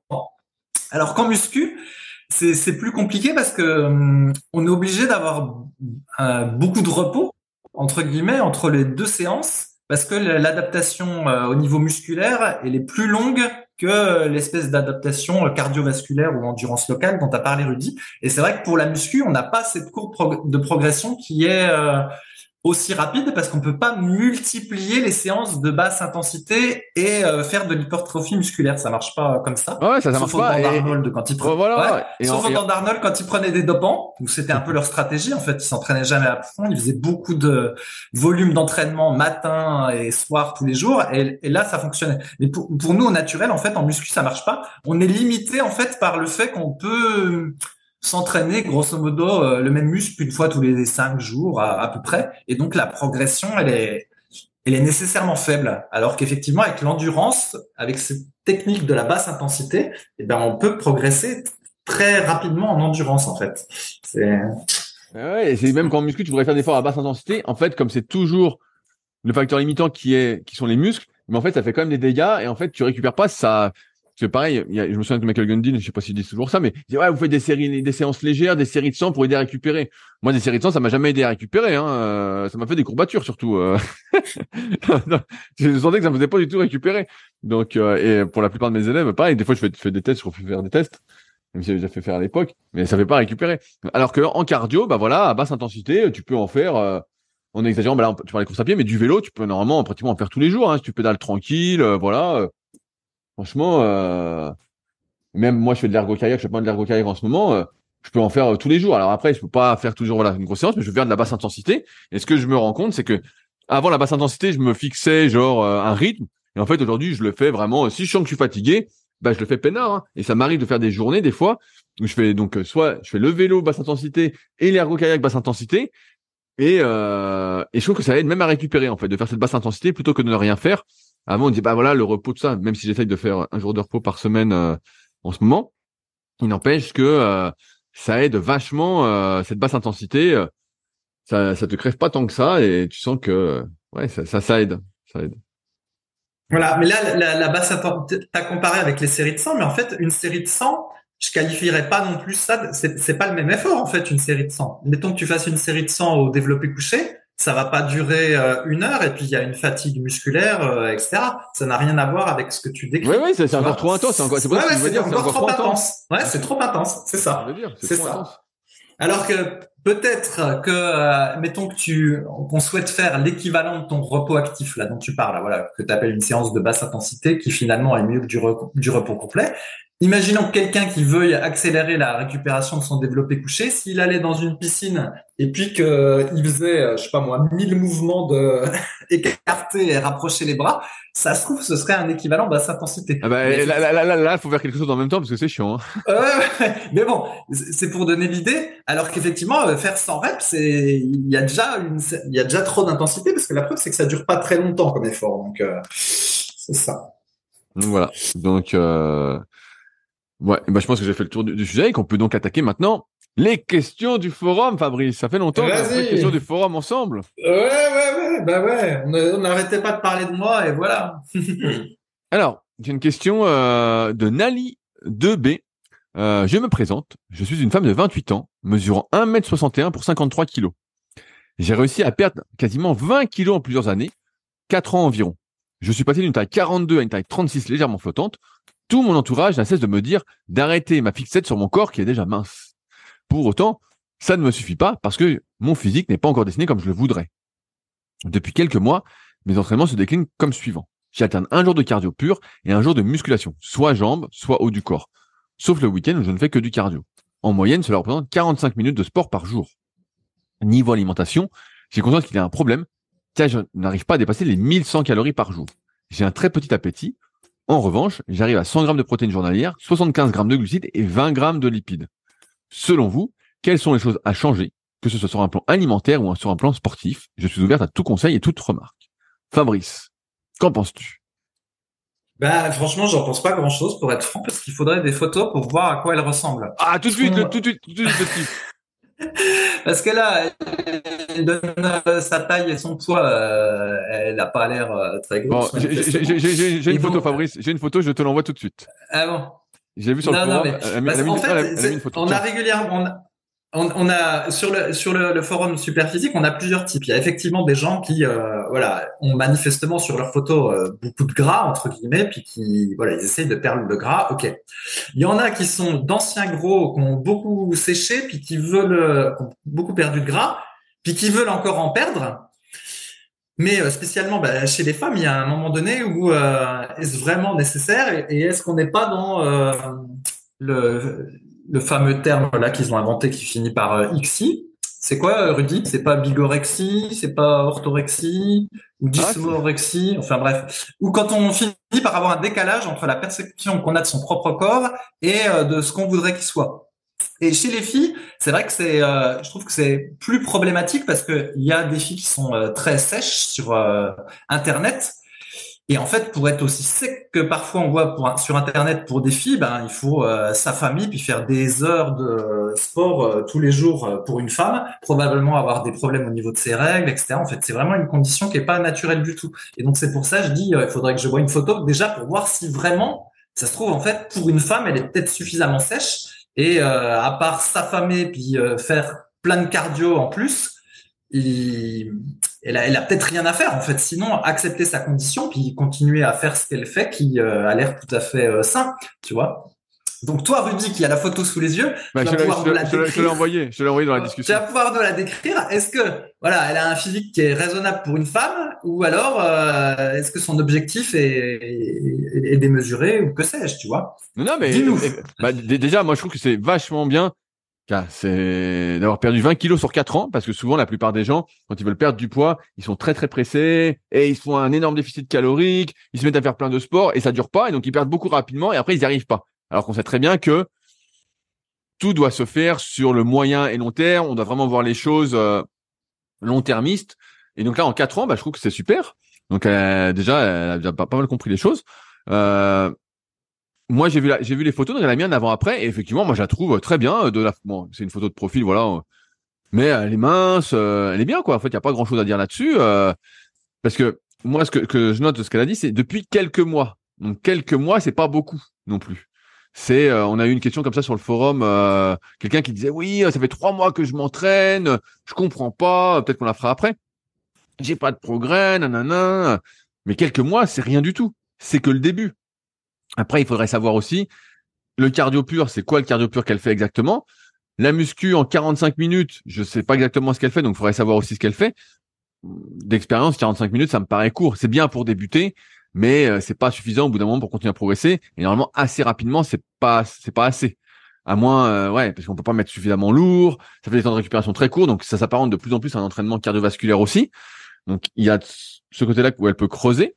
Alors qu'en muscu, c'est c'est plus compliqué parce que hum, on est obligé d'avoir euh, beaucoup de repos entre guillemets entre les deux séances parce que l'adaptation euh, au niveau musculaire elle est plus longue que l'espèce d'adaptation euh, cardiovasculaire ou endurance locale dont tu as parlé Rudy. Et c'est vrai que pour la muscu, on n'a pas cette courbe prog- de progression qui est euh, aussi rapide parce qu'on peut pas multiplier les séances de basse intensité et euh, faire de l'hypertrophie musculaire. Ça marche pas comme ça. Ouais, ouais, ça, ça Sauf marche au temps pas. Et, et- d'Arnold quand il ouais, pre... ouais. voilà. Et, Sauf en, au et temps d'Arnold quand il prenait des dopants, où c'était un peu leur stratégie. En fait, ils s'entraînaient jamais à fond. Ils faisaient beaucoup de volume d'entraînement matin et soir tous les jours. Et, et là, ça fonctionnait. Mais pour, pour nous, au naturel, en fait, en muscu, ça marche pas. On est limité, en fait, par le fait qu'on peut s'entraîner grosso modo euh, le même muscle une fois tous les cinq jours à, à peu près, et donc la progression elle est elle est nécessairement faible, alors qu'effectivement avec l'endurance, avec cette technique de la basse intensité, eh ben on peut progresser très rapidement en endurance en fait. C'est ouais, et c'est même qu'en muscu, tu voudrais faire des efforts à basse intensité. En fait, comme c'est toujours le facteur limitant qui est, qui sont les muscles, mais en fait, ça fait quand même des dégâts et en fait, tu récupères pas ça. C'est pareil, il y a, je me souviens de Michael Gundin, je sais pas s'il dit toujours ça, mais il dit, ouais, vous faites des séries, des séances légères, des séries de cent pour aider à récupérer. Moi, des séries de cent, ça m'a jamais aidé à récupérer, hein. Euh, ça m'a fait des courbatures, surtout. Euh. Je sentais que ça me faisait pas du tout récupérer. Donc, euh, et pour la plupart de mes élèves, pareil, des fois, je fais, je fais des tests, je refais faire des tests, même si j'avais déjà fait faire à l'époque, mais ça fait pas récupérer. Alors que en cardio, bah voilà, à basse intensité, tu peux en faire, euh, en exagérant, bah là, tu parles de course à pied, mais du vélo, tu peux normalement pratiquement en faire tous les jours, hein, si tu pédales tranquille, euh, voilà. Euh, franchement, euh, même moi, je fais de l'ergo-kayak, je fais pas de l'ergo-kayak en ce moment, euh, je peux en faire euh, tous les jours. Alors après, je peux pas faire toujours voilà une grosse séance, mais je vais faire de la basse intensité. Et ce que je me rends compte, c'est que avant la basse intensité, je me fixais genre euh, un rythme. Et en fait, aujourd'hui, je le fais vraiment. Si je sens que je suis fatigué, bah je le fais peinard. Hein. Et ça m'arrive de faire des journées des fois où je fais donc euh, soit je fais le vélo basse intensité et l'ergo-kayak basse intensité. Et euh, et je trouve que ça aide même à récupérer en fait de faire cette basse intensité plutôt que de ne rien faire. Avant, on dit bah voilà le repos tout ça. Même si j'essaye de faire un jour de repos par semaine euh, en ce moment, il n'empêche que euh, ça aide vachement euh, cette basse intensité. Euh, ça ça te crève pas tant que ça et tu sens que ouais ça ça, ça aide. Ça aide. Voilà, mais là, la, la basse intensité, t'as comparé avec les séries de cent, mais en fait, une série de cent, je qualifierais pas non plus ça, c'est, c'est pas le même effort, en fait, une série de cent. Mettons que tu fasses une série de cent au développé couché, ça va pas durer euh, une heure, et puis il y a une fatigue musculaire, euh, et cetera. Ça n'a rien à voir avec ce que tu décris. Ouais, ouais, c'est, c'est Tu encore vois. trop intense, c'est encore, c'est pas Ouais, ce que ouais, je veux c'est dire, c'est encore encore trop trop intense. intense. Ouais, c'est trop intense, c'est Je veux ça. dire, c'est C'est trop ça. intense. Alors que peut-être que, euh, mettons que tu, qu'on souhaite faire l'équivalent de ton repos actif là dont tu parles, là, voilà, que tu appelles une séance de basse intensité, qui finalement est mieux que du, re- du repos complet. Imaginons que quelqu'un qui veuille accélérer la récupération de son développé couché, s'il allait dans une piscine et puis que euh, il faisait, euh, je sais pas moi, mille mouvements de écarter et rapprocher les bras, ça se trouve ce serait un équivalent basse intensité. Ah bah, Mais là, là, là, là, là, faut faire quelque chose en même temps parce que c'est chiant. Hein. Ouais, ouais, ouais. Mais bon, c'est pour donner l'idée. Alors qu'effectivement, euh, faire cent reps, c'est, il y a déjà une, il y a déjà trop d'intensité parce que la preuve, c'est que ça dure pas très longtemps comme effort. Donc, euh, c'est ça. Donc voilà. Donc, euh, ouais, bah, je pense que j'ai fait le tour du, du sujet et qu'on peut donc attaquer maintenant les questions du forum, Fabrice. Ça fait longtemps qu'on a fait les questions Vas-y. du forum ensemble. Ouais, ouais, ouais. Bah ouais. On a- on n'arrêtait pas de parler de moi et voilà. Alors, j'ai une question euh, de Nali deux B. Euh, je me présente. Je suis une femme de vingt-huit ans, mesurant un mètre soixante et un pour cinquante-trois kilos. J'ai réussi à perdre quasiment vingt kilos en plusieurs années, quatre ans environ. Je suis passé d'une taille quarante-deux à une taille trente-six légèrement flottante. Tout mon entourage n'a cesse de me dire d'arrêter ma fixette sur mon corps qui est déjà mince. Pour autant, ça ne me suffit pas parce que mon physique n'est pas encore dessiné comme je le voudrais. Depuis quelques mois, mes entraînements se déclinent comme suivant. J'alterne un jour de cardio pur et un jour de musculation, soit jambes, soit haut du corps. Sauf le week-end où je ne fais que du cardio. En moyenne, cela représente quarante-cinq minutes de sport par jour. Niveau alimentation, j'ai conscience qu'il y a un problème, car je n'arrive pas à dépasser les mille cent calories par jour. J'ai un très petit appétit. En revanche, j'arrive à cent grammes de protéines journalières, soixante-quinze grammes de glucides et vingt grammes de lipides. Selon vous, quelles sont les choses à changer, que ce soit sur un plan alimentaire ou sur un plan sportif? Je suis ouverte à tout conseil et toute remarque. Fabrice, qu'en penses-tu? Bah, franchement, j'en pense pas grand-chose pour être franc, parce qu'il faudrait des photos pour voir à quoi elle ressemble. Ah, tout de suite, Font- le- tout de suite, tout de suite, le type. Parce que là, elle donne euh, sa taille et son poids, euh, elle a pas l'air euh, très Bon, grosse j'ai j'ai- manifestement. j'ai- j'ai- j'ai Et une photo, donc, Fabrice. J'ai une photo, je te l'envoie tout de suite. ah bon. J'ai vu sur le Non, non, forum, mais elle a mis, elle parce a mis qu'en une, elle a- fait, elle a mis une c'est- photo. on a Tiens. régulièrement, on a, on, on a sur le sur le, le forum Superphysique, on a plusieurs types. Il y a effectivement des gens qui, euh, voilà, ont manifestement sur leurs photos euh, beaucoup de gras entre guillemets, puis qui, voilà, ils essayent de perdre le gras. Ok. Il y en a qui sont d'anciens gros, qui ont beaucoup séché, puis qui veulent, euh, qui ont beaucoup perdu de gras, puis qui veulent encore en perdre. Mais euh, spécialement bah, chez les femmes, il y a un moment donné où euh, est-ce vraiment nécessaire et, et est-ce qu'on n'est pas dans euh, le, le fameux terme là qu'ils ont inventé qui finit par euh, X I? C'est quoi, euh, Rudy? C'est pas bigorexie, c'est pas orthorexie ou Ah, c'est- dysmorexie, enfin bref. Ou quand on finit par avoir un décalage entre la perception qu'on a de son propre corps et euh, de ce qu'on voudrait qu'il soit. Et chez les filles, c'est vrai que c'est, euh, je trouve que c'est plus problématique parce que il y a des filles qui sont euh, très sèches sur euh, Internet. Et en fait, pour être aussi sec que parfois on voit pour, sur Internet pour des filles, ben il faut euh, s'affamer puis faire des heures de sport euh, tous les jours euh, pour une femme, probablement avoir des problèmes au niveau de ses règles, et cetera. En fait, c'est vraiment une condition qui est pas naturelle du tout. Et donc c'est pour ça que je dis, euh, il faudrait que je voie une photo déjà pour voir si vraiment, ça se trouve en fait pour une femme, elle est peut-être suffisamment sèche. Et euh, à part s'affamer puis euh, faire plein de cardio en plus, il, elle a, elle a peut-être rien à faire en fait. Sinon, accepter sa condition puis continuer à faire ce qu'elle fait, qui euh, a l'air tout à fait euh, sain, tu vois. Donc toi, Rudy, qui a la photo sous les yeux, bah, tu je vas te l'ai pouvoir je te me l'ai- la je te l'ai- je te l'ai décrire. envoyé, je te l'ai envoyé dans la Tu discussion. vas pouvoir nous la décrire. Est-ce que voilà, elle a un physique qui est raisonnable pour une femme, ou alors euh, est-ce que son objectif est, est, est démesuré ou que sais-je, tu vois? Non, non, mais Dis-nous. eh, bah, d- déjà, moi, je trouve que c'est vachement bien Car c'est d'avoir perdu vingt kilos sur quatre ans, parce que souvent, la plupart des gens, quand ils veulent perdre du poids, ils sont très, très pressés et ils font un énorme déficit calorique, ils se mettent à faire plein de sport et ça dure pas et donc ils perdent beaucoup rapidement et après, ils n'y arrivent pas. Alors qu'on sait très bien que tout doit se faire sur le moyen et long terme. On doit vraiment voir les choses euh, long-termistes. Et donc là, en quatre ans, bah, je trouve que c'est super. Donc euh, déjà, elle a déjà pas, pas mal compris les choses. Euh, Moi, j'ai vu la, j'ai vu les photos, donc elle a mis un avant-après, et effectivement, moi, je la trouve très bien. De la, bon, c'est une photo de profil, voilà, euh, mais elle est mince, euh, elle est bien, quoi. En fait, il y a pas grand-chose à dire là-dessus, euh, parce que moi, ce que, que je note de ce qu'elle a dit, c'est depuis quelques mois. Donc quelques mois, c'est pas beaucoup non plus. C'est, euh, on a eu une question comme ça sur le forum, euh, quelqu'un qui disait oui, ça fait trois mois que je m'entraîne, je comprends pas, peut-être qu'on la fera après. J'ai pas de progrès, nanana. Mais quelques mois, c'est rien du tout. C'est que le début. Après, il faudrait savoir aussi le cardio pur, c'est quoi le cardio pur qu'elle fait exactement? La muscu en quarante-cinq minutes, je sais pas exactement ce qu'elle fait, donc il faudrait savoir aussi ce qu'elle fait. D'expérience, quarante-cinq minutes, ça me paraît court. C'est bien pour débuter, mais euh, c'est pas suffisant au bout d'un moment pour continuer à progresser. Et normalement, assez rapidement, c'est pas, c'est pas assez. À moins, euh, ouais, parce qu'on peut pas mettre suffisamment lourd. Ça fait des temps de récupération très courts, donc ça s'apparente de plus en plus à un entraînement cardiovasculaire aussi. Donc il y a ce côté-là où elle peut creuser.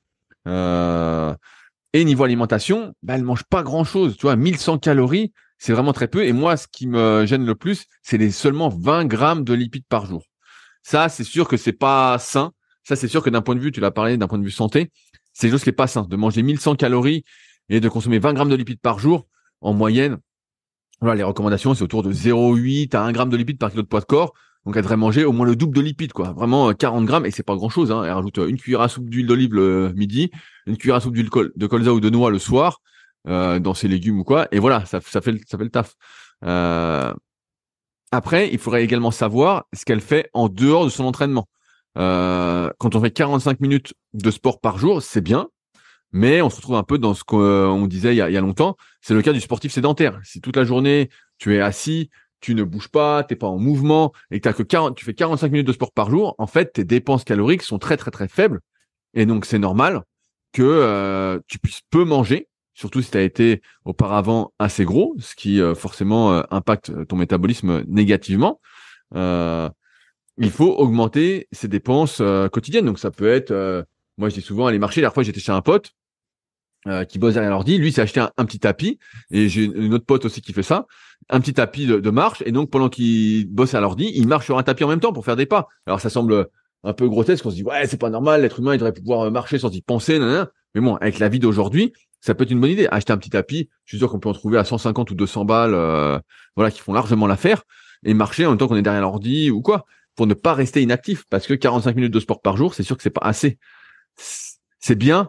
Euh, Et niveau alimentation, bah, elle mange pas grand chose. Tu vois, mille cent calories, c'est vraiment très peu. Et moi, ce qui me gêne le plus, c'est les seulement vingt grammes de lipides par jour. Ça, c'est sûr que c'est pas sain. Ça, c'est sûr que d'un point de vue, tu l'as parlé, d'un point de vue santé, c'est quelque chose qui est pas sain. De manger mille cent calories et de consommer vingt grammes de lipides par jour, en moyenne, voilà, les recommandations, c'est autour de zéro virgule huit à un gramme de lipides par kilo de poids de corps. Donc, elle devrait manger au moins le double de lipides, quoi. Vraiment, euh, quarante grammes, et c'est pas grand chose, hein. Elle rajoute euh, une cuillère à soupe d'huile d'olive le midi, une cuillère à soupe d'huile col- de colza ou de noix le soir, euh, dans ses légumes ou quoi. Et voilà, ça, ça fait, le- ça fait le taf. Euh, Après, il faudrait également savoir ce qu'elle fait en dehors de son entraînement. Euh, quand on fait quarante-cinq minutes de sport par jour, c'est bien. Mais on se retrouve un peu dans ce qu'on disait il y, a, il y a longtemps. C'est le cas du sportif sédentaire. Si toute la journée, tu es assis, tu ne bouges pas, t'es pas en mouvement, et que t'as que quarante, tu fais quarante-cinq minutes de sport par jour, en fait, tes dépenses caloriques sont très, très, très faibles. Et donc, c'est normal que euh, tu puisses peu manger, surtout si tu as été auparavant assez gros, ce qui euh, forcément euh, impacte ton métabolisme négativement. Euh, il faut augmenter ses dépenses euh, quotidiennes. Donc, ça peut être... euh, moi, je dis souvent, aller marcher. La dernière fois, j'étais chez un pote, euh, qui bosse derrière l'ordi. Lui, s'est acheté un, un petit tapis. Et j'ai une autre pote aussi qui fait ça. Un petit tapis de, de marche. Et donc, pendant qu'il bosse à l'ordi, il marche sur un tapis en même temps pour faire des pas. Alors, ça semble un peu grotesque. On se dit, ouais, c'est pas normal. L'être humain, il devrait pouvoir marcher sans y penser. Nanana. Mais bon, avec la vie d'aujourd'hui, ça peut être une bonne idée. Acheter un petit tapis. Je suis sûr qu'on peut en trouver à cent cinquante ou deux cents balles, euh, voilà, qui font largement l'affaire. Et marcher en même temps qu'on est derrière l'ordi ou quoi. Pour ne pas rester inactif. Parce que quarante-cinq minutes de sport par jour, c'est sûr que c'est pas assez. C'est bien.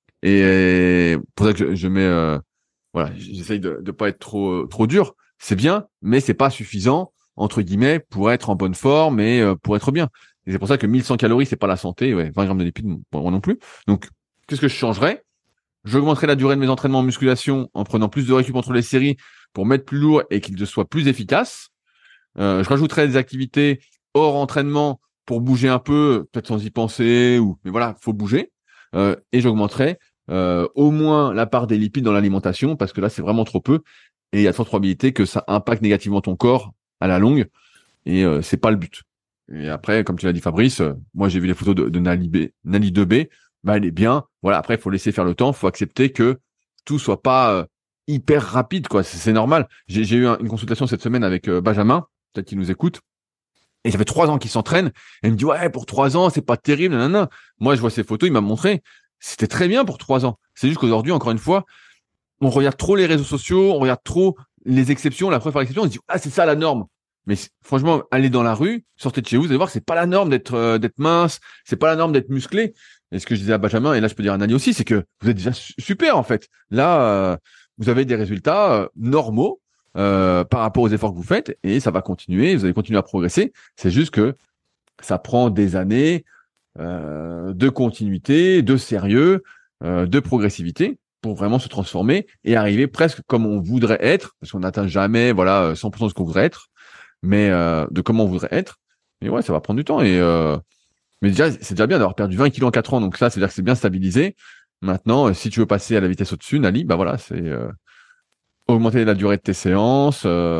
Et pour ça que je, je mets, euh, voilà, j'essaye de ne pas être trop trop dur. C'est bien, mais c'est pas suffisant entre guillemets pour être en bonne forme et euh, pour être bien. Et c'est pour ça que mille cent calories, c'est pas la santé. Ouais, vingt grammes de lipides, bon, moi non plus. Donc, qu'est-ce que je changerais? J'augmenterais la durée de mes entraînements en musculation en prenant plus de récup entre les séries pour mettre plus lourd et qu'ils soient plus efficaces. Euh, je rajouterais des activités hors entraînement pour bouger un peu, peut-être sans y penser, ou mais voilà, faut bouger. Euh, et j'augmenterais euh, au moins la part des lipides dans l'alimentation, parce que là, c'est vraiment trop peu. Et il y a de fortes probabilités que ça impacte négativement ton corps à la longue, et euh, c'est pas le but. Et après, comme tu l'as dit, Fabrice, euh, moi j'ai vu les photos de, de Nali B, Nali deux B, bah elle est bien. Voilà, après, il faut laisser faire le temps, faut accepter que tout soit pas euh, hyper rapide, quoi. C'est, c'est normal. J'ai, j'ai eu un- une consultation cette semaine avec euh, Benjamin, peut-être qu'il nous écoute. Et ça fait trois ans qu'il s'entraîne. Et il me dit, ouais, pour trois ans, c'est pas terrible, nanana. Moi, je vois ces photos, il m'a montré. C'était très bien pour trois ans. C'est juste qu'aujourd'hui, encore une fois, on regarde trop les réseaux sociaux, on regarde trop les exceptions, la preuve par exception, on se dit, ah, c'est ça la norme. Mais franchement, allez dans la rue, sortez de chez vous, vous allez voir que c'est pas la norme d'être euh, d'être mince, c'est pas la norme d'être musclé. Et ce que je disais à Benjamin, et là je peux dire à Nani aussi, c'est que vous êtes déjà su- super en fait. Là, euh, vous avez des résultats euh, normaux euh, par rapport aux efforts que vous faites, et ça va continuer, vous allez continuer à progresser. C'est juste que ça prend des années euh, de continuité, de sérieux, euh, de progressivité pour vraiment se transformer et arriver presque comme on voudrait être, parce qu'on n'atteint jamais voilà cent pour cent de ce qu'on voudrait être, mais euh, de comment on voudrait être. Mais ouais, ça va prendre du temps. Et euh, mais déjà, c'est déjà bien d'avoir perdu vingt kilos en quatre ans, donc ça, c'est-à-dire que c'est bien stabilisé. Maintenant, euh, si tu veux passer à la vitesse au-dessus, Nali, bah voilà, c'est euh, augmenter la durée de tes séances, euh,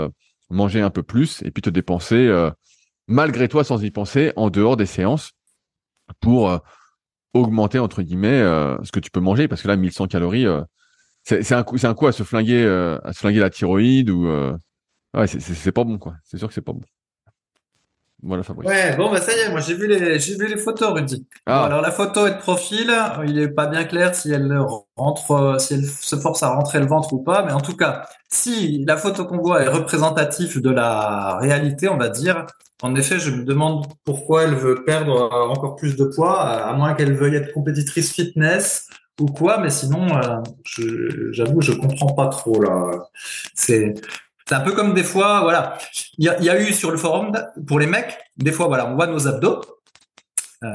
manger un peu plus et puis te dépenser euh, malgré toi sans y penser en dehors des séances pour euh, augmenter entre guillemets euh, ce que tu peux manger parce que là mille cent calories euh, c'est c'est un coup c'est un coup à se flinguer euh, à se flinguer la thyroïde ou euh, ouais c'est c'est c'est pas bon quoi. C'est sûr que c'est pas bon. Voilà Fabrice. Ouais, bon, bah ça y est, moi j'ai vu les, j'ai vu les photos, Rudy. Bon, Ah alors la photo est de profil, il est pas bien clair si elle rentre, euh, si elle se force à rentrer le ventre ou pas, mais en tout cas, si la photo qu'on voit est représentative de la réalité, on va dire, en effet, je me demande pourquoi elle veut perdre euh, encore plus de poids, à moins qu'elle veuille être compétitrice fitness ou quoi, mais sinon, euh, je, j'avoue, je comprends pas trop là. C'est, c'est un peu comme des fois, voilà. Il y a, il y a eu sur le forum, pour les mecs, des fois, voilà, on voit nos abdos. Euh,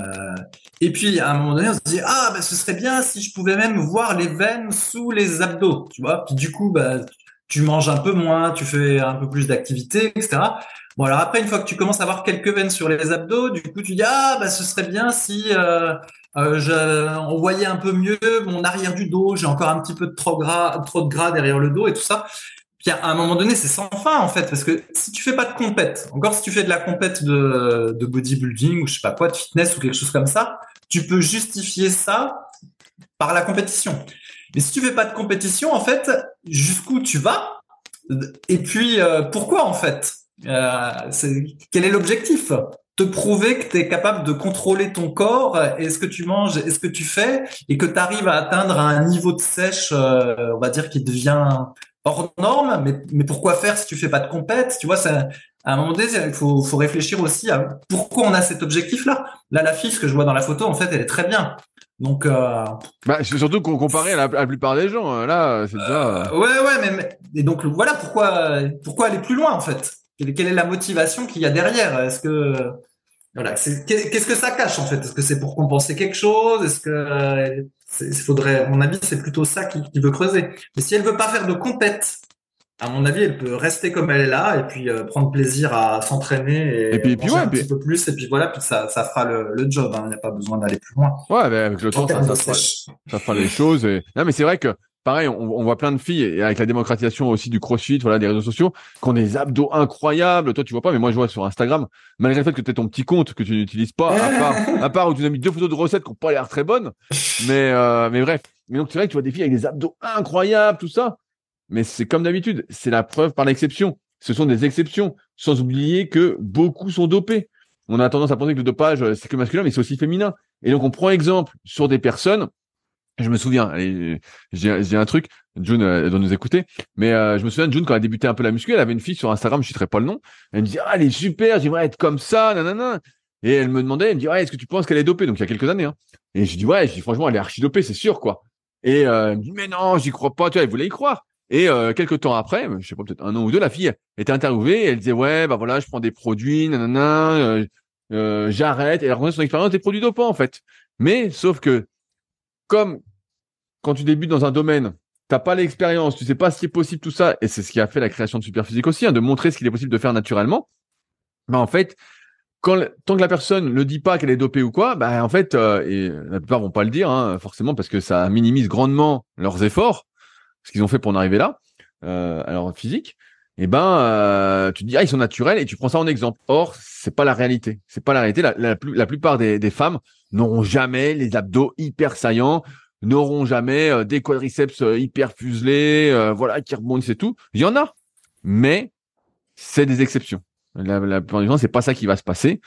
et puis, à un moment donné, on se dit, ah, bah, ce serait bien si je pouvais même voir les veines sous les abdos, tu vois. Puis du coup, bah, tu manges un peu moins, tu fais un peu plus d'activité, et cetera. Bon, alors après, une fois que tu commences à avoir quelques veines sur les abdos, du coup, tu dis, ah, bah, ce serait bien si euh, euh, je, on voyait un peu mieux mon arrière du dos, j'ai encore un petit peu de trop gras, trop de gras derrière le dos et tout ça. Puis à un moment donné, c'est sans fin en fait, parce que si tu fais pas de compète, encore si tu fais de la compète de, de bodybuilding ou je sais pas quoi, de fitness ou quelque chose comme ça, tu peux justifier ça par la compétition. Mais si tu fais pas de compétition, en fait, jusqu'où tu vas? Et puis euh, pourquoi en fait? Euh, c'est, quel est l'objectif? Te prouver que tu es capable de contrôler ton corps et ce que tu manges et ce que tu fais et que tu arrives à atteindre un niveau de sèche, euh, on va dire, qui devient hors norme. Mais, mais pourquoi faire si tu fais pas de compète? Tu vois, ça, à un moment donné, il faut, faut réfléchir aussi à pourquoi on a cet objectif-là. Là, la fille, ce que je vois dans la photo, en fait, elle est très bien. Donc, euh, bah c'est surtout qu'on comparé à la, à la plupart des gens euh, là c'est déjà euh, euh, ouais, ouais, mais, mais- et donc voilà pourquoi, pourquoi aller plus loin en fait. Quelle, quelle est la motivation qu'il y a derrière? Est-ce que voilà, c'est, qu'est-ce que ça cache en fait? Est-ce que c'est pour compenser quelque chose? Est-ce que euh, c'est- il faudrait, à mon avis, c'est plutôt ça qui, qui veut creuser. Mais si elle veut pas faire de compète, à mon avis, elle peut rester comme elle est là et puis euh, prendre plaisir à s'entraîner et et puis et puis manger ouais et un puis petit peu plus et puis voilà, puis ça, ça fera le, le job. Hein. Il n'y a pas besoin d'aller plus loin ouais, mais avec le en temps, ça, termes de ça fera, sèche. ça fera les choses. Et... Non, mais c'est vrai que, pareil, on, on voit plein de filles, et avec la démocratisation aussi du CrossFit, voilà, des réseaux sociaux, qui ont des abdos incroyables. Toi, tu vois pas, mais moi, je vois sur Instagram, malgré le fait que tu aies ton petit compte que tu n'utilises pas, à part, à part où tu as mis deux photos de recettes qui n'ont pas l'air très bonnes. Mais, euh, mais bref. Mais donc, c'est vrai que tu vois des filles avec des abdos incroyables, tout ça. Mais c'est comme d'habitude, c'est la preuve par l'exception. Ce sont des exceptions, sans oublier que beaucoup sont dopés. On a tendance à penser que le dopage, euh, c'est que masculin, mais c'est aussi féminin. Et donc, on prend exemple sur des personnes. Je me souviens, allez, j'ai j'ai un truc, June euh, elle doit nous écouter, mais euh, je me souviens de June quand elle a débuté un peu la muscu, elle avait une fille sur Instagram, je citerai pas le nom, elle me dit ah elle est super, j'aimerais être comme ça, nanana. Et elle me demandait, elle me dit ouais est-ce que tu penses qu'elle est dopée? Donc il y a quelques années, hein. Et je dis ouais, je dis franchement elle est archi dopée, c'est sûr quoi. Et euh, elle me dit mais non, j'y crois pas, tu vois, elle voulait y croire. Et euh, quelques temps après, je sais pas peut-être un an ou deux, la fille était interviewée, et elle disait ouais bah voilà je prends des produits, nanana, euh, euh, j'arrête. Et elle racontait son expérience des produits dopants en fait. Mais sauf que comme quand tu débutes dans un domaine, t'as pas l'expérience, tu sais pas ce qui est possible, tout ça, et c'est ce qui a fait la création de Superphysique aussi, hein, de montrer ce qu'il est possible de faire naturellement. Bah en fait, quand tant que la personne ne dit pas qu'elle est dopée ou quoi, bah en fait, euh, et la plupart vont pas le dire, hein, forcément, parce que ça minimise grandement leurs efforts, ce qu'ils ont fait pour en arriver là, euh, à leur physique. Et ben, euh, tu te dis ah ils sont naturels et tu prends ça en exemple. Or, c'est pas la réalité. C'est pas la réalité. La, la, la plupart des, des femmes n'auront jamais les abdos hyper saillants, n'auront jamais euh, des quadriceps euh, hyper fuselés, euh, voilà, qui rebondissent et tout. Il y en a, mais c'est des exceptions. La, la plupart du temps, c'est pas ça qui va se passer.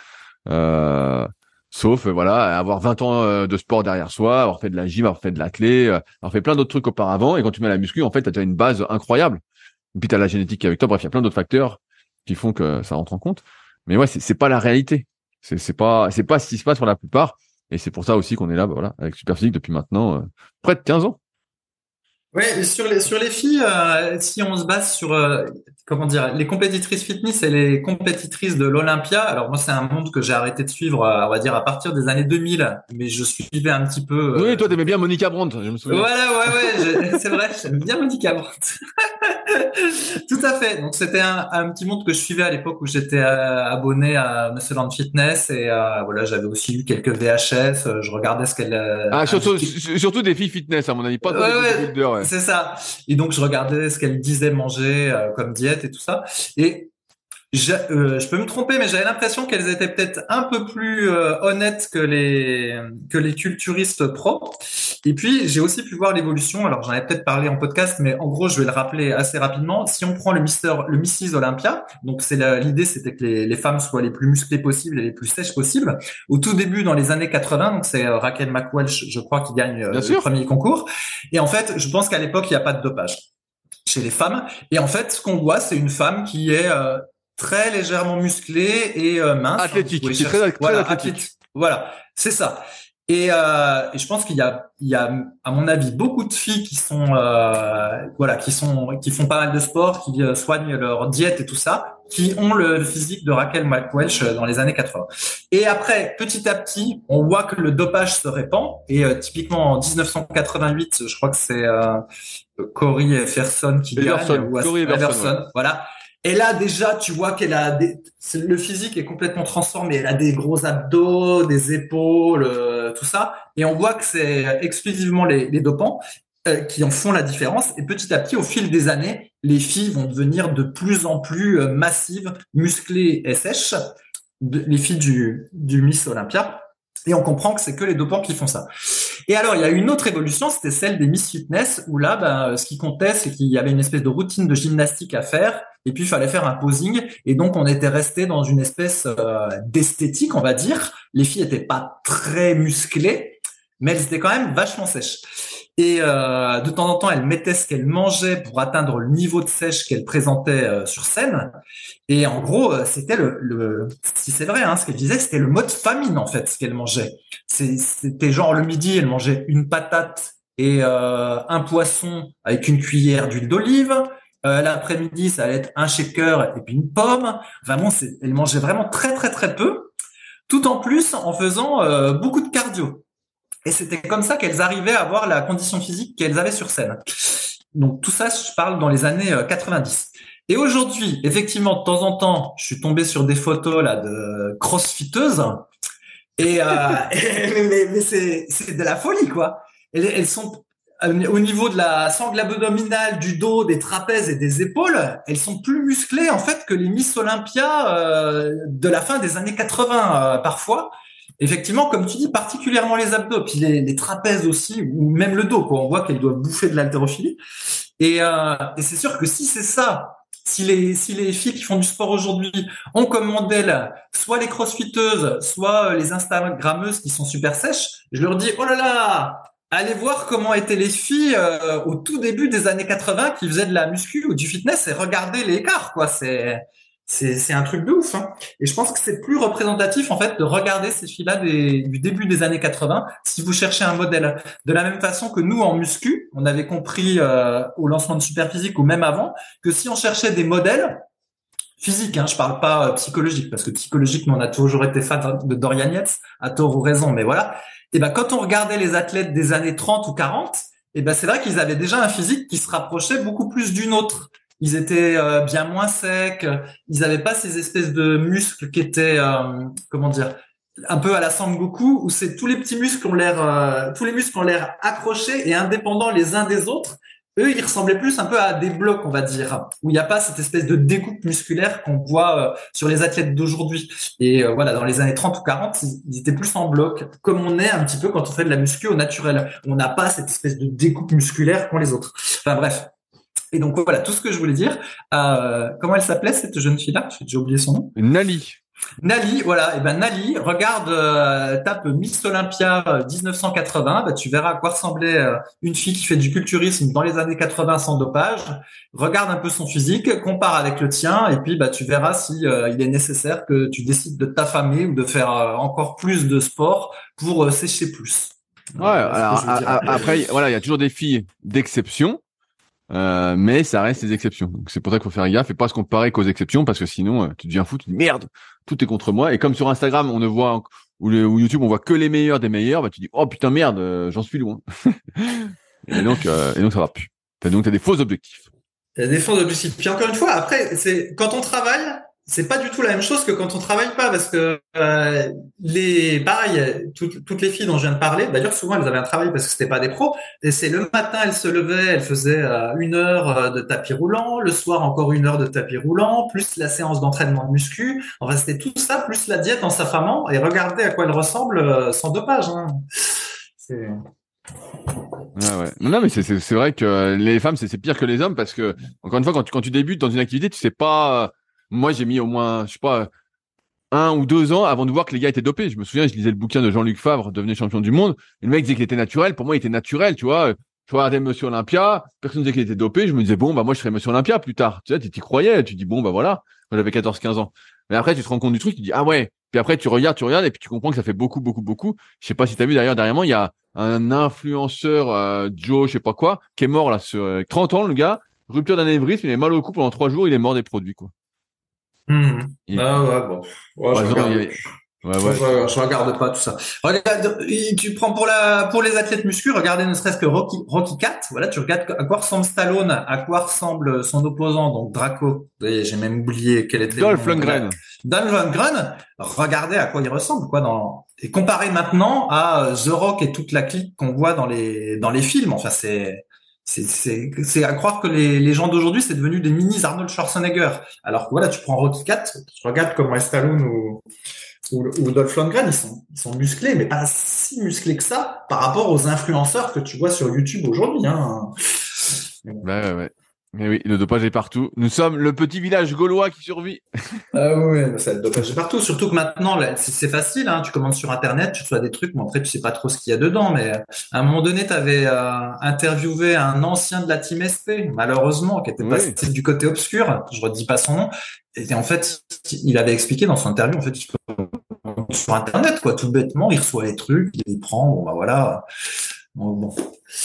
Euh, sauf, euh, voilà, avoir vingt ans euh, de sport derrière soi, avoir fait de la gym, avoir fait de l'athlé, euh, avoir fait plein d'autres trucs auparavant. Et quand tu mets la muscu, en fait, tu as déjà une base incroyable. Et puis, tu as la génétique qui est avec toi. Bref, il y a plein d'autres facteurs qui font que ça rentre en compte. Mais ouais, c'est, c'est pas la réalité. C'est, c'est pas, c'est pas ce qui se passe pour la plupart. Et c'est pour ça aussi qu'on est là, bah, voilà, avec Superphysique depuis maintenant euh, près de quinze ans. Ouais, et sur les sur les filles, euh, si on se base sur euh, comment dire, les compétitrices fitness et les compétitrices de l'Olympia. Alors moi, c'est un monde que j'ai arrêté de suivre, euh, on va dire à partir des années deux mille, mais je suivais un petit peu. Oui, Euh, toi, t'aimais bien Monica Brandt, je me souviens. voilà, ouais, ouais, j'ai- c'est vrai, j'aime bien Monica Brandt. Tout à fait. Donc c'était un, un petit monde que je suivais à l'époque où j'étais euh, abonné à Muscle and Fitness et euh, voilà, j'avais aussi eu quelques V H S. euh, Je regardais ce qu'elle euh, Ah, surtout, indiquait. su- surtout des filles fitness, à mon avis, pas Ouais, trop des ouais, bodybuilders, ouais. c'est ça. Et donc je regardais ce qu'elle disait manger euh, comme diète et tout ça. Et Je, euh, je peux me tromper, mais j'avais l'impression qu'elles étaient peut-être un peu plus euh, honnêtes que les que les culturistes pro. Et puis j'ai aussi pu voir l'évolution. Alors j'en avais peut-être parlé en podcast, mais en gros je vais le rappeler assez rapidement. Si on prend le Mister le Missis Olympia, donc c'est la, l'idée c'était que les, les femmes soient les plus musclées possibles et les plus sèches possibles. Au tout début dans les années quatre-vingts, donc c'est euh, Raquel McWelch, je crois, qui gagne euh, le premier concours. Et en fait, je pense qu'à l'époque il n'y a pas de dopage chez les femmes. Et en fait, ce qu'on voit, c'est une femme qui est euh, très légèrement musclée et euh, mince. Athlétique, hein, c'est très, très voilà, athlétique. athlétique. Voilà, c'est ça. Et, euh, et je pense qu'il y a, il y a, à mon avis, beaucoup de filles qui sont, euh, voilà, qui sont, qui font pas mal de sport, qui euh, soignent leur diète et tout ça, qui ont le physique de Raquel McWelch dans les années quatre-vingts. Et après, petit à petit, on voit que le dopage se répand. Et euh, typiquement en dix-neuf cent quatre-vingt-huit, je crois que c'est euh, Corey Everson qui Everson, gagne, ou Corey Everson, Everson, ouais. voilà. Et là, déjà, tu vois qu'elle a des, le physique est complètement transformé. Elle a des gros abdos, des épaules, euh, tout ça. Et on voit que c'est exclusivement les, les dopants euh, qui en font la différence. Et petit à petit, au fil des années, les filles vont devenir de plus en plus euh, massives, musclées et sèches. De, les filles du, du Miss Olympia. Et on comprend que c'est que les dopants qui font ça. Et alors, il y a une autre évolution, c'était celle des Miss Fitness, où là, ben, ce qui comptait, c'est qu'il y avait une espèce de routine de gymnastique à faire, et puis il fallait faire un posing, et donc on était resté dans une espèce euh, d'esthétique, on va dire. Les filles étaient pas très musclées, mais elles étaient quand même vachement sèches. Et euh, de temps en temps, elles mettaient ce qu'elles mangeaient pour atteindre le niveau de sèche qu'elles présentaient euh, sur scène. Et en gros, c'était le, le si c'est vrai, hein, ce qu'elle disait, c'était le mode famine en fait, ce qu'elle mangeait. C'est, c'était genre le midi, elle mangeait une patate et euh, un poisson avec une cuillère d'huile d'olive. Euh, l'après-midi, ça allait être un shaker et puis une pomme. Vraiment, c'est, elle mangeait vraiment très très très peu, tout en plus en faisant euh, beaucoup de cardio. Et c'était comme ça qu'elles arrivaient à avoir la condition physique qu'elles avaient sur scène. Donc tout ça, je parle dans les années quatre-vingt-dix. Et aujourd'hui, effectivement, de temps en temps, je suis tombé sur des photos là de crossfiteuses. Et, euh, mais, mais c'est, c'est de la folie, quoi. Elles, elles sont au niveau de la sangle abdominale, du dos, des trapèzes et des épaules, elles sont plus musclées en fait que les Miss Olympia euh, de la fin des années quatre-vingts euh, parfois. Effectivement, comme tu dis, particulièrement les abdos, puis les, les trapèzes aussi, ou même le dos, quoi. On voit qu'elles doivent bouffer de l'haltérophilie. Et, euh, et c'est sûr que si c'est ça, si les si les filles qui font du sport aujourd'hui ont comme modèle soit les crossfiteuses, soit les instagrammeuses qui sont super sèches, je leur dis oh là là, allez voir comment étaient les filles euh, au tout début des années quatre-vingts qui faisaient de la muscu ou du fitness et regardez l'écart, quoi. C'est C'est, c'est un truc de ouf, hein. Et je pense que c'est plus représentatif, en fait, de regarder ces filles-là des, du début des années quatre-vingts, si vous cherchez un modèle. De la même façon que nous, en muscu, on avait compris euh, au lancement de Superphysique ou même avant, que si on cherchait des modèles physiques, hein, je parle pas euh, psychologique, parce que psychologique, nous, on a toujours été fans de Dorian Yates, à tort ou raison, mais voilà. Et ben, quand on regardait les athlètes des années trente ou quarante, et ben, c'est vrai qu'ils avaient déjà un physique qui se rapprochait beaucoup plus du nôtre. Ils étaient euh, bien moins secs, ils n'avaient pas ces espèces de muscles qui étaient, euh, comment dire, un peu à la Sangoku, où c'est tous les petits muscles ont l'air, euh, tous les muscles ont l'air accrochés et indépendants les uns des autres. Eux, ils ressemblaient plus un peu à des blocs, on va dire, où il n'y a pas cette espèce de découpe musculaire qu'on voit euh, sur les athlètes d'aujourd'hui. Et euh, voilà, dans les années trente ou quarante, ils, ils étaient plus en bloc, comme on est un petit peu quand on fait de la muscu au naturel. On n'a pas cette espèce de découpe musculaire qu'ont les autres. Enfin bref. Et donc voilà, tout ce que je voulais dire. Euh, comment elle s'appelait cette jeune fille-là? J'ai oublié son nom. Nali. Nali, voilà. Et ben Nali, regarde, euh, tape Miss Olympia dix-neuf cent quatre-vingts. Bah, tu verras à quoi ressemblait euh, une fille qui fait du culturisme dans les années quatre-vingts sans dopage. Regarde un peu son physique, compare avec le tien, et puis bah tu verras si euh, il est nécessaire que tu décides de t'affamer ou de faire euh, encore plus de sport pour euh, sécher plus. Ouais. Voilà, alors a, a, après, voilà, il y a toujours des filles d'exception. Euh, mais ça reste des exceptions. Donc c'est pour ça qu'il faut faire gaffe et pas se comparer qu'aux exceptions parce que sinon euh, tu deviens fou, tu dis merde, tout est contre moi. Et comme sur Instagram on ne voit ou, le, ou YouTube on voit que les meilleurs des meilleurs, bah tu dis oh putain merde, euh, j'en suis loin. et donc euh, et donc ça va plus. T'as, donc t'as des faux objectifs. T'as des faux objectifs. Puis encore une fois après c'est quand on travaille c'est pas du tout la même chose que quand on travaille pas, parce que euh, les, pareil, toutes, toutes les filles dont je viens de parler, d'ailleurs souvent elles avaient un travail parce que c'était pas des pros, et c'est le matin elles se levaient, elles faisaient euh, une heure euh, de tapis roulant, le soir encore une heure de tapis roulant, plus la séance d'entraînement de muscu, enfin c'était tout ça, plus la diète en s'affamant, et regardez à quoi elle ressemble euh, sans dopage. Hein. C'est... Ouais, ouais. Non, non, mais c'est c'est c'est vrai que euh, les femmes c'est c'est pire que les hommes parce que encore une fois quand tu quand tu débutes dans une activité tu sais pas. euh, Moi j'ai mis au moins je sais pas un ou deux ans avant de voir que les gars étaient dopés. Je me souviens, je lisais le bouquin de Jean-Luc Favre, devenu champion du monde. Et le mec disait qu'il était naturel. Pour moi, il était naturel, tu vois. Je regardais Monsieur Olympia, personne disait qu'il était dopé. Je me disais, bon, bah, moi, je serais Monsieur Olympia plus tard. Tu sais, tu t'y croyais. Tu dis, bon, bah, voilà. Quand j'avais quatorze quinze ans. Mais après, tu te rends compte du truc, tu dis, ah ouais. Puis après, tu regardes, tu regardes, et puis tu comprends que ça fait beaucoup, beaucoup, beaucoup. Je sais pas si t'as vu d'ailleurs, derrière moi, il y a un influenceur, euh, Joe, je sais pas quoi, qui est mort, là, sur euh, trente ans, le gars. Rupture d'anévrisme, il est mal au cou pendant trois jours, il est mort des produits, quoi. Hmm. Il, Ah ouais, bon. Ouais, je trois ans, il y regarde. avait, ouais, Je, ouais. je regarde pas tout ça. Regarde, et tu prends pour la pour les athlètes muscu, regardez ne serait-ce que Rocky Rocky quatre. Voilà, tu regardes à quoi ressemble Stallone, à quoi ressemble son opposant, donc Draco. Et j'ai même oublié quel était le Dolph nom. La- Lundgren. Don Lundgren. Regardez à quoi il ressemble, quoi, dans et comparé maintenant à The Rock et toute la clique qu'on voit dans les dans les films. Enfin, c'est c'est c'est c'est à croire que les les gens d'aujourd'hui c'est devenu des mini Arnold Schwarzenegger. Alors que voilà, tu prends Rocky quatre, tu regardes comment est Stallone ou ou, ou Dolph Lundgren, ils sont, ils sont musclés, mais pas si musclés que ça par rapport aux influenceurs que tu vois sur YouTube aujourd'hui. Hein. Ouais, ouais, ouais. Mais oui, le dopage est partout. Nous sommes le petit village gaulois qui survit. Ah oui, oui, ça le dopage est partout. Surtout que maintenant, là, c'est c'est facile. Hein, tu commandes sur Internet, tu reçois des trucs, mais après, tu sais pas trop ce qu'il y a dedans. Mais euh, à un moment donné, tu avais euh, interviewé un ancien de la Team S P, malheureusement, qui était passé Oui. du côté obscur. Je redis pas son nom. Et en fait, il avait expliqué dans son interview, en fait, il peut- sur Internet, quoi, tout bêtement, il reçoit les trucs, il les prend. Bon, bah voilà. Bon, bon.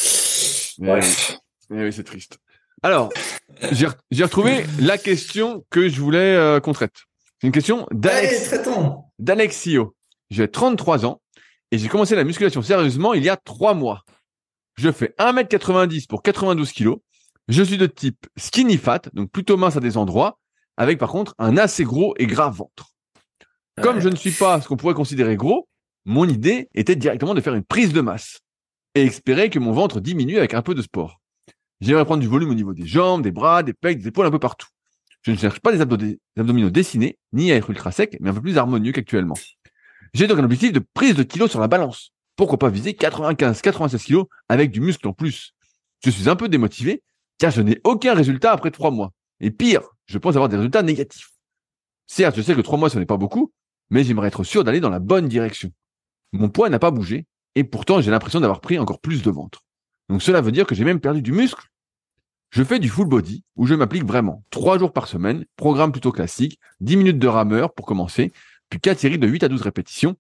Mais oui. Bref. Mais oui, c'est triste. Alors, j'ai re- j'ai retrouvé la question que je voulais euh, qu'on traite. C'est une question Allez, d'Alex traitons. d'Alexio. J'ai trente-trois ans et j'ai commencé la musculation sérieusement il y a trois mois. Je fais un mètre quatre-vingt-dix pour quatre-vingt-douze kilos. Je suis de type skinny fat, donc plutôt mince à des endroits, avec par contre un assez gros et gras ventre. Comme Ouais. je ne suis pas ce qu'on pourrait considérer gros, mon idée était directement de faire une prise de masse et espérer que mon ventre diminue avec un peu de sport. J'aimerais prendre du volume au niveau des jambes, des bras, des pecs, des épaules, un peu partout. Je ne cherche pas des, abdo- des abdominaux dessinés, ni à être ultra sec, mais un peu plus harmonieux qu'actuellement. J'ai donc un objectif de prise de kilos sur la balance. Pourquoi pas viser quatre-vingt-quinze quatre-vingt-seize kilos avec du muscle en plus? Je suis un peu démotivé, car je n'ai aucun résultat après trois mois. Et pire, je pense avoir des résultats négatifs. Certes, je sais que trois mois, ce n'est pas beaucoup, mais j'aimerais être sûr d'aller dans la bonne direction. Mon poids n'a pas bougé, et pourtant j'ai l'impression d'avoir pris encore plus de ventre. Donc cela veut dire que j'ai même perdu du muscle. Je fais du full body, où je m'applique vraiment. Trois jours par semaine, programme plutôt classique, dix minutes de rameur pour commencer, puis quatre séries de huit à douze répétitions.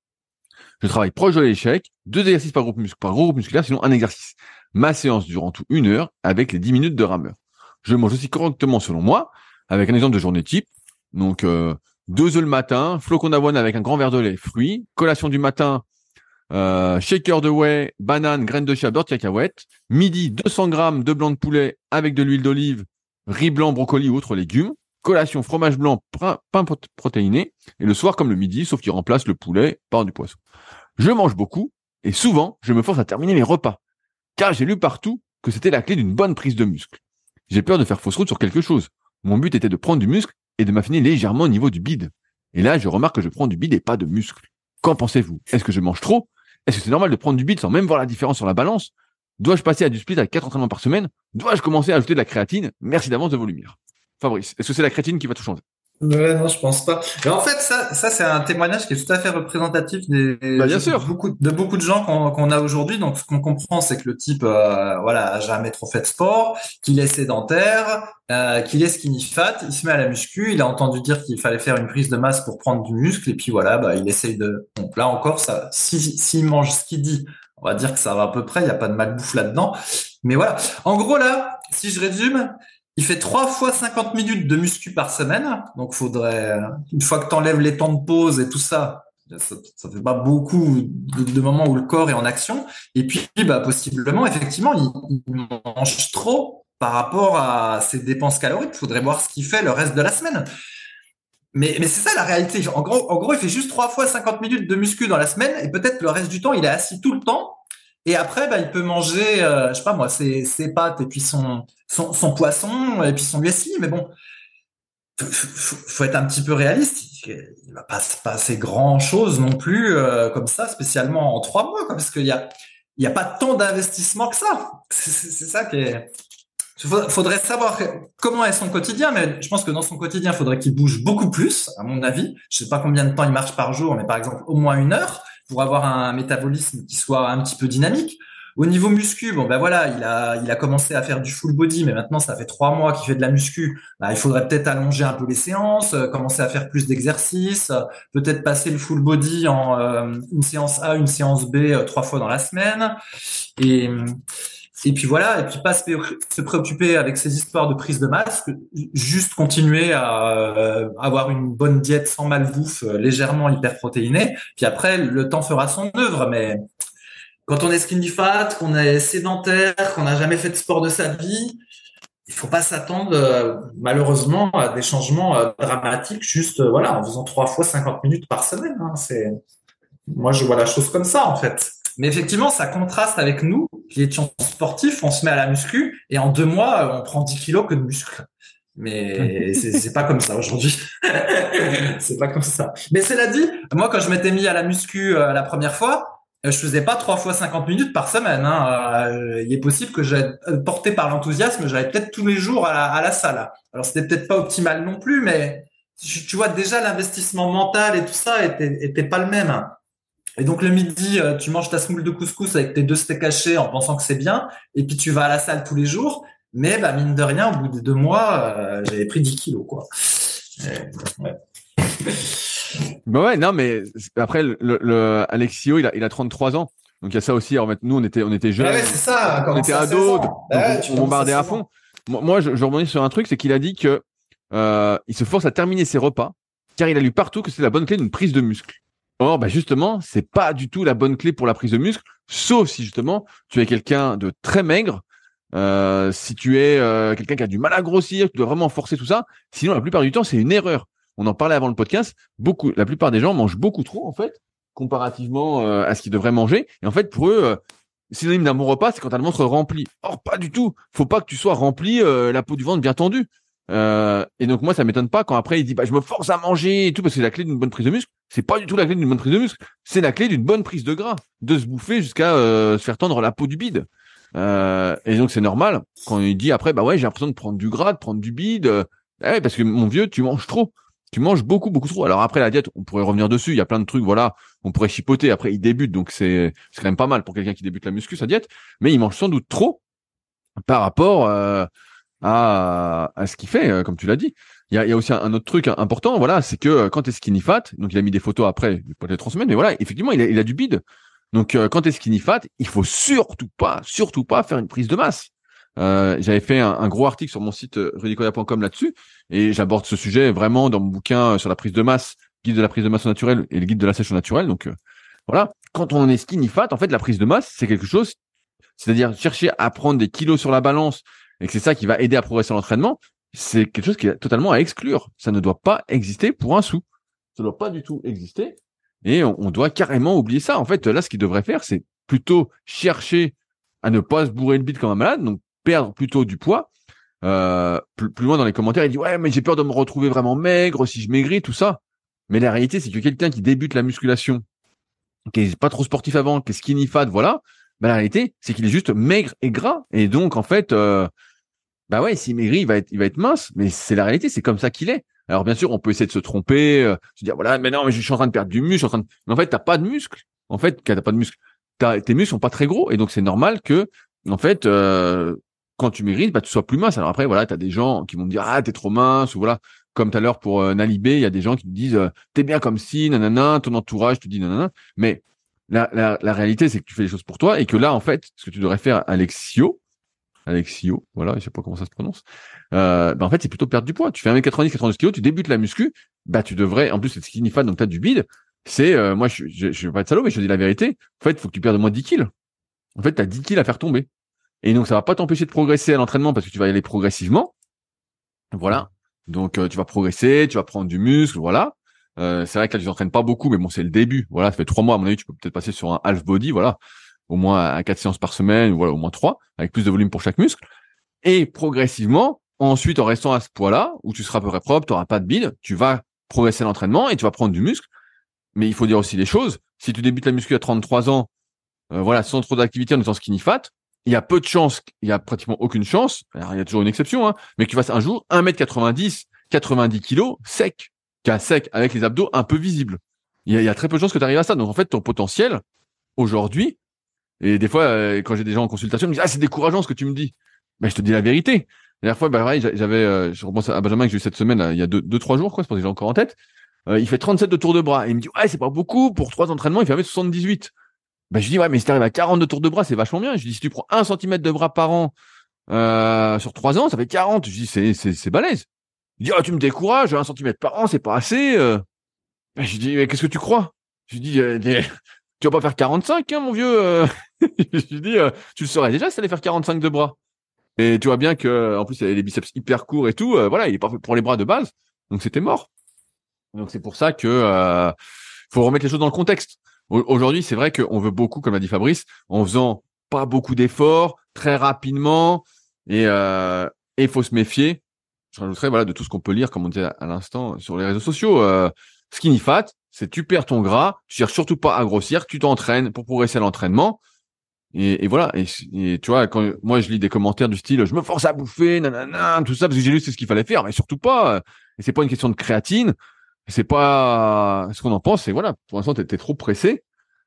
Je travaille proche de l'échec, deux exercices par groupe, mus- par groupe musculaire, sinon un exercice. Ma séance durant tout une heure, avec les dix minutes de rameur. Je mange aussi correctement selon moi, avec un exemple de journée type. Donc, euh, deux œufs le matin, flocons d'avoine avec un grand verre de lait, fruits, collation du matin, euh, shaker de whey, banane, graines de chia, beurre de cacahuète. Midi, deux cents grammes de blanc de poulet avec de l'huile d'olive, riz blanc, brocoli ou autres légumes. Collation, fromage blanc, pain, pain prot- protéiné. Et le soir, comme le midi, sauf qu'il remplace le poulet par du poisson. Je mange beaucoup et souvent, je me force à terminer mes repas. Car j'ai lu partout que c'était la clé d'une bonne prise de muscle. J'ai peur de faire fausse route sur quelque chose. Mon but était de prendre du muscle et de m'affiner légèrement au niveau du bide. Et là, je remarque que je prends du bide et pas de muscle. Qu'en pensez-vous? Est-ce que je mange trop? Est-ce que c'est normal de prendre du bide sans même voir la différence sur la balance? Dois-je passer à du split avec quatre entraînements par semaine? Dois-je commencer à ajouter de la créatine? Merci d'avance de vos lumières. Fabrice, est-ce que c'est la créatine qui va tout changer? Ouais, non, je pense pas. Mais en fait, ça, ça c'est un témoignage qui est tout à fait représentatif des, Bah bien de sûr. beaucoup, de beaucoup de gens qu'on qu'on a aujourd'hui. Donc, ce qu'on comprend, c'est que le type, euh, voilà, a jamais trop fait de sport, qu'il est sédentaire, euh, qu'il est skinny fat. Il se met à la muscu. Il a entendu dire qu'il fallait faire une prise de masse pour prendre du muscle. Et puis voilà, bah, il essaye de. Donc là encore, ça, si, s'il mange ce qu'il dit, on va dire que ça va à peu près. Il n'y a pas de malbouffe là-dedans. Mais voilà. En gros, là, si je résume. Il fait trois fois cinquante minutes de muscu par semaine. Donc, faudrait, une fois que tu enlèves les temps de pause et tout ça, ça, ça fait pas beaucoup de, de moments où le corps est en action. Et puis, bah, possiblement, effectivement, il, il mange trop par rapport à ses dépenses caloriques. Il faudrait voir ce qu'il fait le reste de la semaine. Mais, mais c'est ça la réalité. En gros, en gros, il fait juste trois fois cinquante minutes de muscu dans la semaine et peut-être le reste du temps, il est assis tout le temps. Et après, bah, il peut manger, euh, je sais pas moi, ses, ses pâtes et puis son, son, son poisson et puis son muesli. Mais bon, faut, faut, faut être un petit peu réaliste. Il, il va pas se passer grand chose non plus euh, comme ça, spécialement en trois mois, quoi, parce qu'il y a, il y a pas tant d'investissement que ça. C'est c'est- c'est ça qui est. Il faudrait savoir comment est son quotidien, mais je pense que dans son quotidien, il faudrait qu'il bouge beaucoup plus, à mon avis. Je sais pas combien de temps il marche par jour, mais par exemple au moins une heure pour avoir un métabolisme qui soit un petit peu dynamique. Au niveau muscu, bon ben voilà, il a il a commencé à faire du full body, mais maintenant ça fait trois mois qu'il fait de la muscu. Ben, il faudrait peut-être allonger un peu les séances, euh, commencer à faire plus d'exercices, euh, peut-être passer le full body en euh, une séance A, une séance B euh, trois fois dans la semaine. Et et puis voilà, et puis pas se se préoccuper avec ces histoires de prise de masse, juste continuer à euh, avoir une bonne diète sans malbouffe, euh, légèrement hyperprotéinée. Puis après, le temps fera son œuvre. Mais quand on est skinny fat, qu'on est sédentaire, qu'on n'a jamais fait de sport de sa vie, il faut pas s'attendre euh, malheureusement à des changements euh, dramatiques juste euh, voilà en faisant trois fois cinquante minutes par semaine. Hein. C'est Moi, je vois la chose comme ça, en fait. Mais effectivement, ça contraste avec nous, qui étions sportifs, on se met à la muscu, et en deux mois, on prend dix kilos que de muscles. Mais c'est c'est pas comme ça aujourd'hui. C'est pas comme ça. Mais cela dit, moi, quand je m'étais mis à la muscu euh, la première fois, euh, je faisais pas trois fois cinquante minutes par semaine. Hein. Euh, il est possible que j'aille euh, porté par l'enthousiasme, j'allais peut-être tous les jours à la, à la salle. Alors, c'était peut-être pas optimal non plus, mais tu, tu vois, déjà, l'investissement mental et tout ça était, était pas le même. Et donc le midi, euh, tu manges ta semoule de couscous avec tes deux steaks hachés en pensant que c'est bien, et puis tu vas à la salle tous les jours. Mais bah mine de rien, au bout de deux mois, euh, j'avais pris dix kilos quoi. Et, ouais. Bah ouais, non, mais après, le, le, le- Alexio, il a, il a trente-trois ans. Donc il y a ça aussi. En fait, nous, on était, on était Bah ouais, jeunes, c'est ça. on était Commencer à seize ados, ans. donc Bah on, ouais, tu on commences à bombardait à seize fond. ans. Moi, moi, je, je rebondis sur un truc, c'est qu'il a dit que euh, il se force à terminer ses repas, car il a lu partout que c'est la bonne clé d'une prise de muscle. Or, bah justement, c'est pas du tout la bonne clé pour la prise de muscle, sauf si justement tu es quelqu'un de très maigre, euh, si tu es euh, quelqu'un qui a du mal à grossir, tu dois vraiment forcer tout ça. Sinon, la plupart du temps, c'est une erreur. On en parlait avant le podcast. Beaucoup, la plupart des gens mangent beaucoup trop en fait, comparativement euh, à ce qu'ils devraient manger. Et en fait, pour eux, euh, synonyme d'un bon repas, c'est quand t'as le ventre rempli. Or, pas du tout. Faut pas que tu sois rempli, euh, la peau du ventre bien tendue. Euh, et donc moi, ça m'étonne pas quand après il dit, bah, je me force à manger et tout parce que c'est la clé d'une bonne prise de muscle. C'est pas du tout la clé d'une bonne prise de muscle. C'est la clé d'une bonne prise de gras, de se bouffer jusqu'à euh, se faire tendre la peau du bide. Euh, et donc c'est normal quand il dit après, bah ouais, j'ai l'impression de prendre du gras, de prendre du bide. Euh, bah ouais, parce que mon vieux, tu manges trop. Tu manges beaucoup, beaucoup trop. Alors après la diète, on pourrait revenir dessus. Il y a plein de trucs, voilà, on pourrait chipoter. Après, il débute, donc c'est c'est quand même pas mal pour quelqu'un qui débute la muscu, sa diète. Mais il mange sans doute trop par rapport euh, à, à ce qu'il fait, euh, comme tu l'as dit. Il y a, il y a aussi un, un autre truc important, voilà, c'est que euh, quand t'es skinny fat, donc il a mis des photos après, je vais pas les transmettre, mais voilà, effectivement, il a, il a du bide. Donc euh, quand t'es skinny fat, il faut surtout pas, surtout pas faire une prise de masse. Euh, j'avais fait un, un gros article sur mon site euh, rudicoya point com là-dessus, et j'aborde ce sujet vraiment dans mon bouquin euh, sur la prise de masse, guide de la prise de masse au naturel et le guide de la sèche au naturel. Donc euh, voilà, quand on est skinny fat, en fait, la prise de masse, c'est quelque chose, c'est-à-dire chercher à prendre des kilos sur la balance et que c'est ça qui va aider à progresser à l'entraînement, c'est quelque chose qui est totalement à exclure. Ça ne doit pas exister pour un sou. Ça ne doit pas du tout exister. Et on, on doit carrément oublier ça. En fait, là, ce qu'il devrait faire, c'est plutôt chercher à ne pas se bourrer le bide comme un malade, donc perdre plutôt du poids. Euh, plus, plus loin dans les commentaires, il dit ouais, mais j'ai peur de me retrouver vraiment maigre si je maigris, tout ça. Mais la réalité, c'est que quelqu'un qui débute la musculation, qui est pas trop sportif avant, qui est skinny fat, voilà, bah la réalité, c'est qu'il est juste maigre et gras. Et donc, en fait, euh, bah ouais, s'il maigrit, il va être, il va être mince. Mais c'est la réalité, c'est comme ça qu'il est. Alors bien sûr, on peut essayer de se tromper, euh, se dire voilà, mais non, mais je suis en train de perdre du muscle, je suis en train de... mais en fait, t'as pas de muscle. En fait, t'as pas de muscle. T'as, tes muscles sont pas très gros, et donc c'est normal que, en fait, euh, quand tu maigris, bah tu sois plus mince. Alors après, voilà, t'as des gens qui vont te dire ah t'es trop mince ou voilà. Comme tout à l'heure pour euh, Nalibé, il y a des gens qui te disent euh, t'es bien comme si, nanana, ton entourage te dit nanana. Mais la, la, la réalité, c'est que tu fais les choses pour toi et que là, en fait, ce que tu devrais faire, Alexio, Alexio, voilà, je sais pas comment ça se prononce. Euh, bah en fait, c'est plutôt perdre du poids. Tu fais un mètre quatre-vingt-dix, quatre-vingt-douze kilos, tu débutes la muscu, bah tu devrais, en plus c'est skinny fat, donc t'as du bide. C'est, euh, moi, je, je, je vais pas être salaud, mais je te dis la vérité. En fait, il faut que tu perdes au moins dix kilos. En fait, t'as dix kilos à faire tomber. Et donc, ça va pas t'empêcher de progresser à l'entraînement parce que tu vas y aller progressivement. Voilà. Donc, euh, tu vas progresser, tu vas prendre du muscle, voilà. Euh, c'est vrai que là, tu t'entraînes pas beaucoup, mais bon, c'est le début. Voilà, ça fait trois mois, à mon avis, tu peux peut-être passer sur un half body, voilà, au moins à quatre séances par semaine, voilà, au moins trois, avec plus de volume pour chaque muscle. Et progressivement, ensuite, en restant à ce poids-là, où tu seras à peu près propre, tu n'auras pas de bide, tu vas progresser l'entraînement et tu vas prendre du muscle. Mais il faut dire aussi les choses. Si tu débutes la muscu à trente-trois ans, euh, voilà, sans trop d'activité, en étant skinny fat, il y a peu de chances, il y a pratiquement aucune chance, alors il y a toujours une exception, hein, mais que tu fasses un jour un mètre quatre-vingt-dix, quatre-vingt-dix kilos, sec, qu'à sec, avec les abdos un peu visibles. Il y a, il y a très peu de chances que tu arrives à ça. Donc en fait, ton potentiel, aujourd'hui, et des fois, euh, quand j'ai des gens en consultation, ils me disent « Ah, c'est décourageant ce que tu me dis ». Mais je te dis la vérité. La dernière fois, bah, pareil, j'avais, euh, je repense à Benjamin que j'ai eu cette semaine, là, il y a deux, deux, trois jours, quoi, c'est pour que j'ai encore en tête. Euh, il fait trente-sept de tours de bras. Et il me dit « Ouais, c'est pas beaucoup. Pour trois entraînements, il fait un mètre soixante-dix-huit ». Ben, je dis, ouais, mais si t'arrives à quarante de tours de bras, c'est vachement bien. Je dis, si tu prends un centimètre de bras par an, euh, sur trois ans, ça fait quarante. Je dis, c'est, c'est, c'est balèze. Je dis, ah, tu me décourages, un centimètre par an, c'est pas assez. Euh. Ben, je dis, mais qu'est-ce que tu crois? Je dis, euh, tu vas pas faire quarante-cinq, hein, mon vieux. Euh. Je dis, euh, tu le saurais déjà si t'allais faire quarante-cinq de bras. Et tu vois bien que, en plus, il y a les biceps hyper courts et tout. Euh, voilà, il est pas fait pour les bras de base. Donc, c'était mort. Donc, c'est pour ça que, euh, faut remettre les choses dans le contexte. Aujourd'hui, c'est vrai qu'on veut beaucoup, comme l'a dit Fabrice, en faisant pas beaucoup d'efforts, très rapidement, et euh, et faut se méfier. Je rajouterais voilà de tout ce qu'on peut lire, comme on disait à l'instant, sur les réseaux sociaux. Euh, skinny fat, c'est tu perds ton gras, tu cherches surtout pas à grossir, tu t'entraînes pour progresser à l'entraînement. Et, et voilà. Et, et tu vois, quand moi je lis des commentaires du style, je me force à bouffer, nanana, tout ça, parce que j'ai lu c'est ce qu'il fallait faire, mais surtout pas. euh, Et c'est pas une question de créatine. C'est pas ce qu'on en pense. Et voilà, pour l'instant, t'es, t'es trop pressé.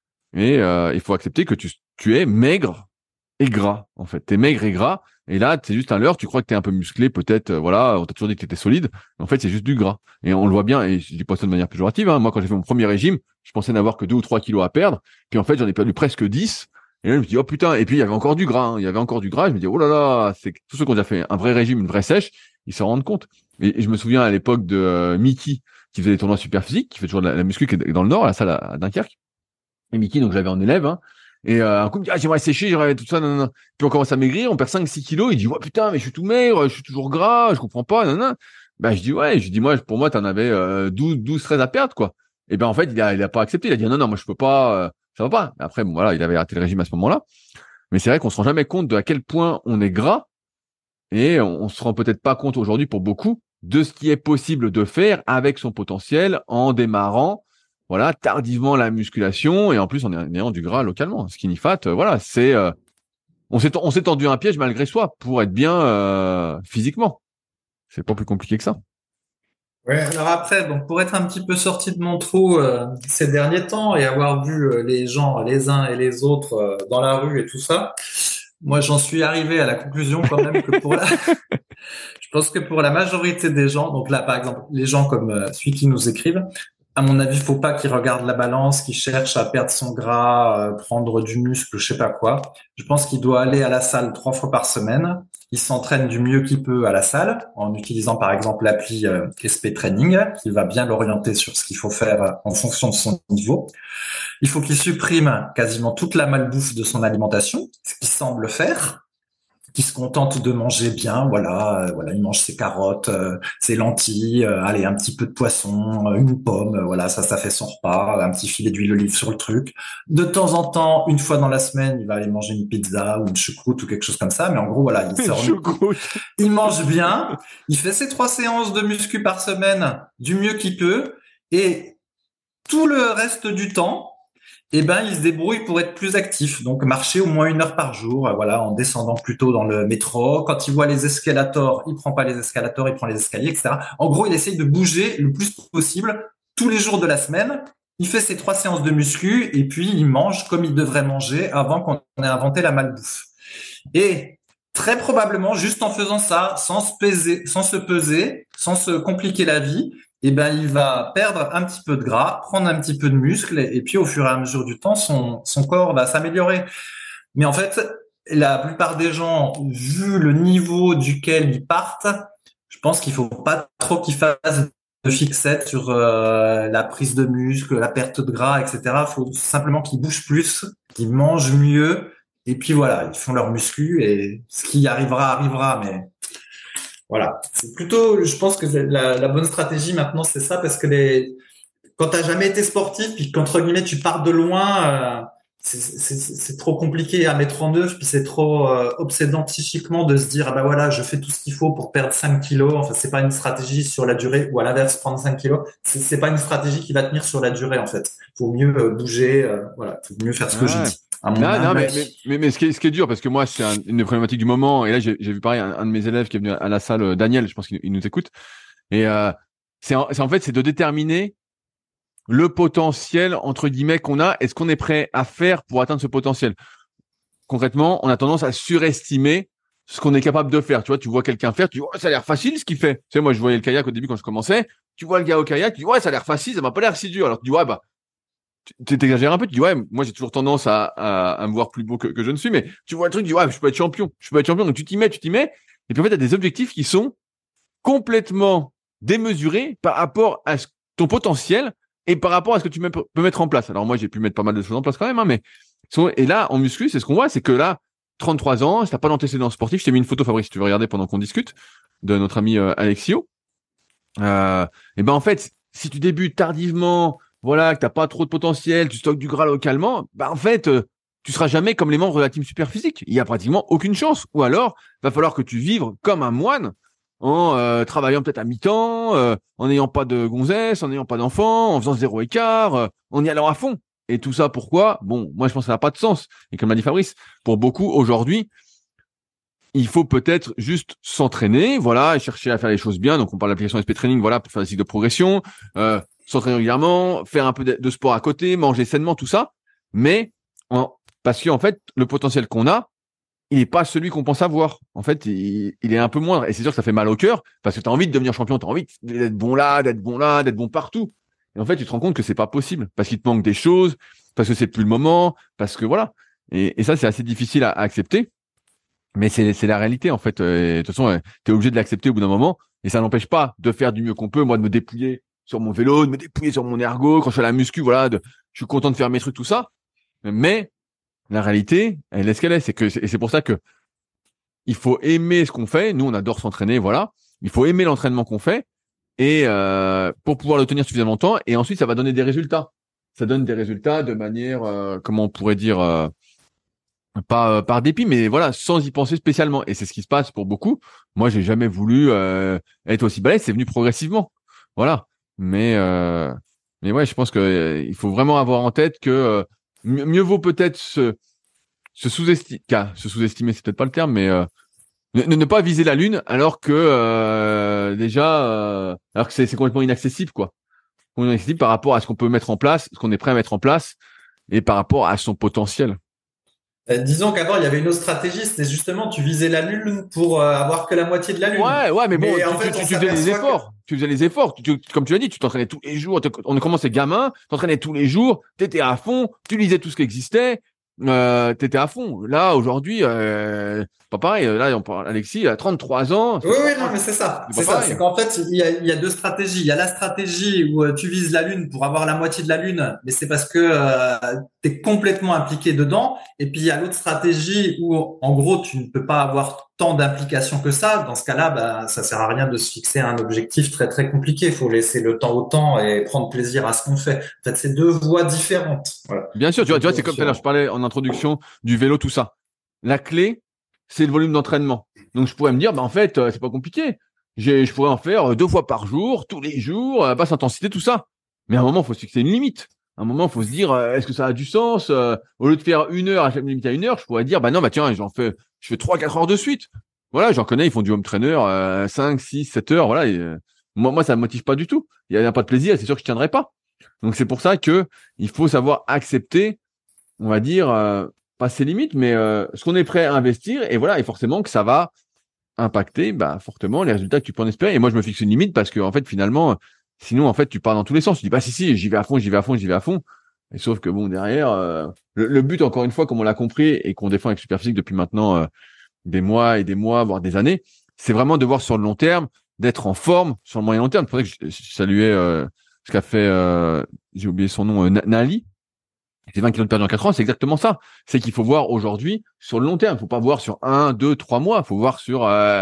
Et euh, il faut accepter que tu, tu es maigre et gras, en fait. T'es maigre et gras. Et là, c'est juste un leurre. Tu crois que t'es un peu musclé, peut-être. Euh, voilà, on t'a toujours dit que t'étais solide. Mais en fait, c'est juste du gras. Et on le voit bien. Et je dis pas ça de manière péjorative. Hein. Moi, quand j'ai fait mon premier régime, je pensais n'avoir que deux ou trois kilos à perdre. Puis en fait, j'en ai perdu presque dix. Et là, je me dis, oh putain. Et puis, il y avait encore du gras. Hein. Il y avait encore du gras. Je me dis, oh là là, c'est tous ceux qui ont déjà fait un vrai régime, une vraie sèche, ils s'en rendent compte. Et, et je me souviens à l'époque de euh, Mickey, qui faisait des tournois super physiques, qui fait toujours de la, la muscu, qui est dans le Nord, à la salle à, à Dunkerque. Et Mickey, donc j'avais en élève, hein. Et euh, un coup, il me dit, ah, j'aimerais sécher, j'aimerais tout ça, non, non, non. Puis on commence à maigrir, on perd cinq six kilos. Il dit, ouais, putain, mais je suis tout maigre, je suis toujours gras, je comprends pas, non, non. Ben, je dis, ouais, je dis, moi, pour moi, t'en avais euh, douze, douze, treize à perdre, quoi. Et ben, en fait, il a, il a pas accepté. Il a dit, non, non, moi, je peux pas, euh, ça va pas. Après, bon, voilà, il avait arrêté le régime à ce moment-là. Mais c'est vrai qu'on se rend jamais compte de à quel point on est gras. Et on, on se rend peut-être pas compte aujourd'hui, pour beaucoup, de ce qui est possible de faire avec son potentiel en démarrant voilà, tardivement la musculation et en plus en ayant du gras localement. Skinny fat, euh, voilà, c'est euh, on s'est on s'est tendu un piège malgré soi pour être bien euh, physiquement. C'est pas plus compliqué que ça. Ouais, alors après, donc pour être un petit peu sorti de mon trou euh, ces derniers temps et avoir vu euh, les gens les uns et les autres euh, dans la rue et tout ça, moi j'en suis arrivé à la conclusion quand même que pour la, je pense que pour la majorité des gens, donc là par exemple les gens comme euh, celui qui nous écrivent, à mon avis, faut pas qu'ils regardent la balance, qu'ils cherchent à perdre son gras, euh, prendre du muscle, je sais pas quoi. Je pense qu'il doit aller à la salle trois fois par semaine. Il s'entraîne du mieux qu'il peut à la salle en utilisant par exemple l'appli euh, S P Training qui va bien l'orienter sur ce qu'il faut faire euh, en fonction de son niveau. Il faut qu'il supprime quasiment toute la malbouffe de son alimentation, ce qu'il semble faire, qui se contente de manger bien, voilà, euh, voilà, il mange ses carottes, euh, ses lentilles, euh, allez, un petit peu de poisson, euh, une pomme, euh, voilà, ça, ça fait son repas, un petit filet d'huile d'olive sur le truc. De temps en temps, une fois dans la semaine, il va aller manger une pizza ou une choucroute ou quelque chose comme ça, mais en gros, voilà, il sort, il mange bien, il fait ses trois séances de muscu par semaine du mieux qu'il peut, et tout le reste du temps, eh ben, il se débrouille pour être plus actif. Donc, marcher au moins une heure par jour, euh, voilà, en descendant plutôt dans le métro. Quand il voit les escalators, il prend pas les escalators, il prend les escaliers, et cetera. En gros, il essaye de bouger le plus possible tous les jours de la semaine. Il fait ses trois séances de muscu et puis il mange comme il devrait manger avant qu'on ait inventé la malbouffe. Et très probablement, juste en faisant ça, sans se peser, sans se peser, sans se compliquer la vie, eh ben, il va perdre un petit peu de gras, prendre un petit peu de muscle, et, et puis au fur et à mesure du temps, son, son corps va s'améliorer. Mais en fait, la plupart des gens, vu le niveau duquel ils partent, je pense qu'il faut pas trop qu'ils fassent de fixette sur euh, la prise de muscle, la perte de gras, et cetera. Il faut simplement qu'ils bougent plus, qu'ils mangent mieux, et puis voilà, ils font leur muscu, et ce qui arrivera, arrivera, mais Voilà. C'est plutôt, je pense que la, la bonne stratégie maintenant, c'est ça, parce que les, quand t'as jamais été sportif, puis qu'entre guillemets tu pars de loin, euh, c'est, c'est, c'est trop compliqué à mettre en œuvre, puis c'est trop euh, obsédant psychiquement de se dire ah ben voilà, je fais tout ce qu'il faut pour perdre cinq kilos. Enfin, c'est pas une stratégie sur la durée, ou à l'inverse prendre cinq kilos, c'est, c'est pas une stratégie qui va tenir sur la durée en fait. Faut mieux euh, bouger, euh, voilà, faut mieux faire ce que je Ouais. dis à mon Non, non, humble mais, mais, avis. mais, mais ce qui est, ce qui est dur, parce que moi, c'est un- une des problématiques du moment. Et là, j'ai j'ai vu pareil, un, un de mes élèves qui est venu à la salle, euh, Daniel, je pense qu'il il nous écoute. Et euh, c'est en, c'est en fait, c'est de déterminer le potentiel, entre guillemets, qu'on a et ce qu'on est prêt à faire pour atteindre ce potentiel. Concrètement, on a tendance à surestimer ce qu'on est capable de faire. Tu vois, tu vois quelqu'un faire, tu dis, ouais, ça a l'air facile ce qu'il fait. Tu sais, moi, je voyais le kayak au début quand je commençais. Tu vois le gars au kayak, tu dis, ouais, ça a l'air facile, ça m'a pas l'air si dur. Alors, tu dis, ouais, bah, tu t'exagères un peu, tu dis, ouais, moi, j'ai toujours tendance à, à, à me voir plus beau que, que je ne suis, mais tu vois le truc, tu dis, ouais, je peux être champion, je peux être champion. Donc, tu t'y mets, tu t'y mets. Et puis, en fait, tu as des objectifs qui sont complètement démesurés par rapport à ce- ton potentiel et par rapport à ce que tu me- peux mettre en place. Alors moi, j'ai pu mettre pas mal de choses en place quand même, hein, mais et là, en muscu, c'est ce qu'on voit, c'est que là, trente-trois ans, si t'as pas d'antécédent sportif, je t'ai mis une photo, Fabrice, si tu veux regarder pendant qu'on discute, de notre ami euh, Alexio. Euh, et ben en fait, si tu débutes tardivement, voilà, que t'as pas trop de potentiel, tu stockes du gras localement, bah en fait, euh, tu seras jamais comme les membres de la team super physique. Il y a pratiquement aucune chance. Ou alors, va falloir que tu vives comme un moine en euh, travaillant peut-être à mi-temps, euh, en n'ayant pas de gonzesse, en n'ayant pas d'enfants, en faisant zéro écart, euh, en y allant à fond. Et tout ça, pourquoi? Bon, moi, je pense que ça n'a pas de sens. Et comme l'a dit Fabrice, pour beaucoup, aujourd'hui, il faut peut-être juste s'entraîner, voilà, et chercher à faire les choses bien. Donc, on parle d'application S P Training, voilà, pour faire des cycles de progression, euh, s'entraîner régulièrement, faire un peu de, de sport à côté, manger sainement, tout ça. Mais, en, parce qu'en fait, le potentiel qu'on a, il n'est pas celui qu'on pense avoir. En fait, il, il est un peu moindre. Et c'est sûr que ça fait mal au cœur, parce que tu as envie de devenir champion, tu as envie d'être bon là, d'être bon là, d'être bon partout. Et en fait, tu te rends compte que c'est pas possible, parce qu'il te manque des choses, parce que c'est plus le moment, parce que voilà. Et, et ça, c'est assez difficile à, à accepter. Mais c'est c'est la réalité en fait. Et de toute façon, tu es obligé de l'accepter au bout d'un moment. Et ça n'empêche pas de faire du mieux qu'on peut. Moi, de me dépouiller sur mon vélo, de me dépouiller sur mon ergo. Quand je fais la muscu, voilà, de, je suis content de faire mes trucs, tout ça. Mais la réalité, elle est ce qu'elle est. C'est que et c'est pour ça que il faut aimer ce qu'on fait. Nous, on adore s'entraîner, voilà. Il faut aimer l'entraînement qu'on fait et euh, pour pouvoir le tenir suffisamment longtemps. Et ensuite, ça va donner des résultats. Ça donne des résultats de manière, euh, comment on pourrait dire. Euh, pas euh, par dépit, mais voilà, sans y penser spécialement. Et c'est ce qui se passe pour beaucoup. Moi, j'ai jamais voulu euh, être aussi balèze. C'est venu progressivement, voilà. Mais euh, mais ouais, je pense que euh, il faut vraiment avoir en tête que euh, mieux, mieux vaut peut-être se se sous-estimer, se sous-estimer, c'est peut-être pas le terme, mais euh, ne, ne pas viser la lune alors que euh, déjà, euh, alors que c'est c'est complètement inaccessible, quoi. Complètement inaccessible par rapport à ce qu'on peut mettre en place, ce qu'on est prêt à mettre en place, et par rapport à son potentiel. Euh, disons qu'avant, il y avait une autre stratégie, c'était justement tu visais la lune pour euh, avoir que la moitié de la lune. Ouais, ouais, mais bon, Mais en tu, tu, fait, on tu, tu faisais les s'aperçoit que efforts. Tu faisais les efforts. Tu, tu- comme tu l'as dit, tu t'entraînais tous les jours. T'es- On commençait gamin, t'entraînais tous les jours, t'étais à fond, tu lisais tout ce qui existait, euh, t'étais à fond. Là, aujourd'hui, euh, pas pareil. Là, on parle, Alexis, il a trente-trois ans, oui, c'est oui, pas, non, mais c'est ça, c'est pas c'est ça. pareil. C'est qu'en fait, il y a, il y a deux stratégies. Il y a la stratégie où euh, tu vises la Lune pour avoir la moitié de la Lune, mais c'est parce que euh, tu es complètement impliqué dedans. Et puis, il y a l'autre stratégie où, en gros, tu ne peux pas avoir tant d'implication que ça. Dans ce cas-là, bah, ça sert à rien de se fixer un objectif très, très compliqué. Il faut laisser le temps au temps et prendre plaisir à ce qu'on fait. En fait, c'est deux voies différentes. Voilà. Bien sûr, tu vois, Deux tu vois, voies c'est comme tout à l'heure, je différentes. parlais en introduction du vélo, tout ça. La clé, c'est le volume d'entraînement. Donc, je pourrais me dire, bah, en fait, euh, c'est pas compliqué. J'ai, je pourrais en faire euh, deux fois par jour, tous les jours, à basse intensité, tout ça. Mais à un moment, il faut se fixer une limite. À un moment, il faut se dire, euh, est-ce que ça a du sens? Euh, Au lieu de faire une heure, à chaque limite à une heure, je pourrais dire, bah non, bah tiens, j'en fais, je fais trois, quatre heures de suite. Voilà, j'en connais, ils font du home trainer, euh, cinq, six, sept heures, voilà. Et, euh, moi, moi, ça me motive pas du tout. Il y a pas de plaisir, c'est sûr que je tiendrai pas. Donc, c'est pour ça que il faut savoir accepter, on va dire, euh, pas ses limites, mais euh, ce qu'on est prêt à investir. Et voilà, et forcément que ça va impacter bah, fortement les résultats que tu peux en espérer. Et moi, je me fixe une limite parce que, en fait, finalement, sinon, en fait, tu pars dans tous les sens. Tu dis, bah si, si, j'y vais à fond, j'y vais à fond, j'y vais à fond. Et sauf que, bon, derrière, euh, le, le but, encore une fois, comme on l'a compris et qu'on défend avec Superphysique depuis maintenant euh, des mois et des mois, voire des années, c'est vraiment de voir sur le long terme, d'être en forme sur le moyen long terme. C'est pour ça que je, je saluais euh, ce qu'a fait, euh, j'ai oublié son nom, euh, Nali. C'est vingt kilos de perdu en quatre ans, c'est exactement ça. C'est qu'il faut voir aujourd'hui sur le long terme. Il faut pas voir sur un, deux, trois mois. Il faut voir sur euh,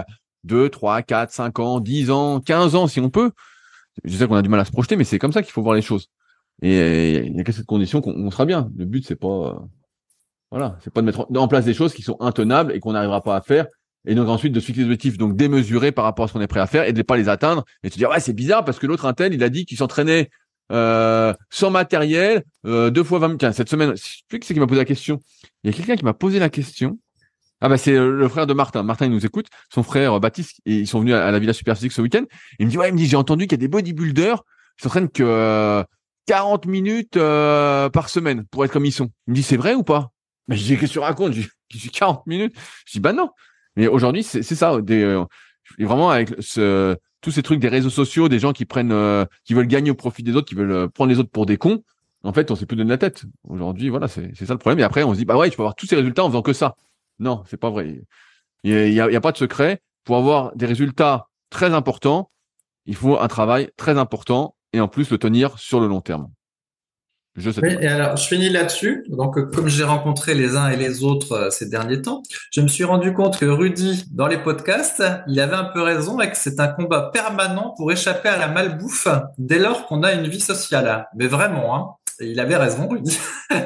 deux, trois, quatre, cinq ans, dix ans, quinze ans si on peut. Je sais qu'on a du mal à se projeter, mais c'est comme ça qu'il faut voir les choses. Et il y a qu'à cette condition qu'on on sera bien. Le but, c'est pas, euh, voilà, c'est pas de mettre en place des choses qui sont intenables et qu'on n'arrivera pas à faire. Et donc ensuite de se fixer des objectifs donc démesurés par rapport à ce qu'on est prêt à faire et de ne pas les atteindre et de se dire ouais c'est bizarre parce que l'autre un tel il a dit qu'il s'entraînait euh, sans matériel euh, deux fois vingt. Tiens cette semaine, je sais plus qui c'est qui m'a posé la question. Il y a quelqu'un qui m'a posé la question. Ah bah c'est le frère de Martin. Martin il nous écoute. Son frère Baptiste et ils sont venus à la Villa Superphysique ce week-end. Il me dit ouais il me dit j'ai entendu qu'il y a des bodybuilders qui s'entraînent que euh, quarante minutes euh, par semaine pour être comme ils sont. Il me dit c'est vrai ou pas? Mais je dis qu'est-ce que tu racontes? Je dis quarante minutes. Je dis bah non. Mais aujourd'hui, c'est, c'est ça. Des, euh, vraiment avec ce, tous ces trucs des réseaux sociaux, des gens qui prennent, euh, qui veulent gagner au profit des autres, qui veulent euh, prendre les autres pour des cons. En fait, on s'est plus donné la tête. Aujourd'hui, voilà, c'est, c'est ça le problème. Et après, on se dit, bah ouais, tu peux avoir tous ces résultats en faisant que ça. Non, c'est pas vrai. Il y a, il y a, il y a pas de secret. Pour avoir des résultats très importants, il faut un travail très important et en plus le tenir sur le long terme. Je sais Oui, pas. et alors je finis là-dessus. Donc, euh, comme j'ai rencontré les uns et les autres euh, ces derniers temps, je me suis rendu compte que Rudy, dans les podcasts, il avait un peu raison et que c'est un combat permanent pour échapper à la malbouffe dès lors qu'on a une vie sociale. Mais vraiment, hein. Et il avait raison, Rudy.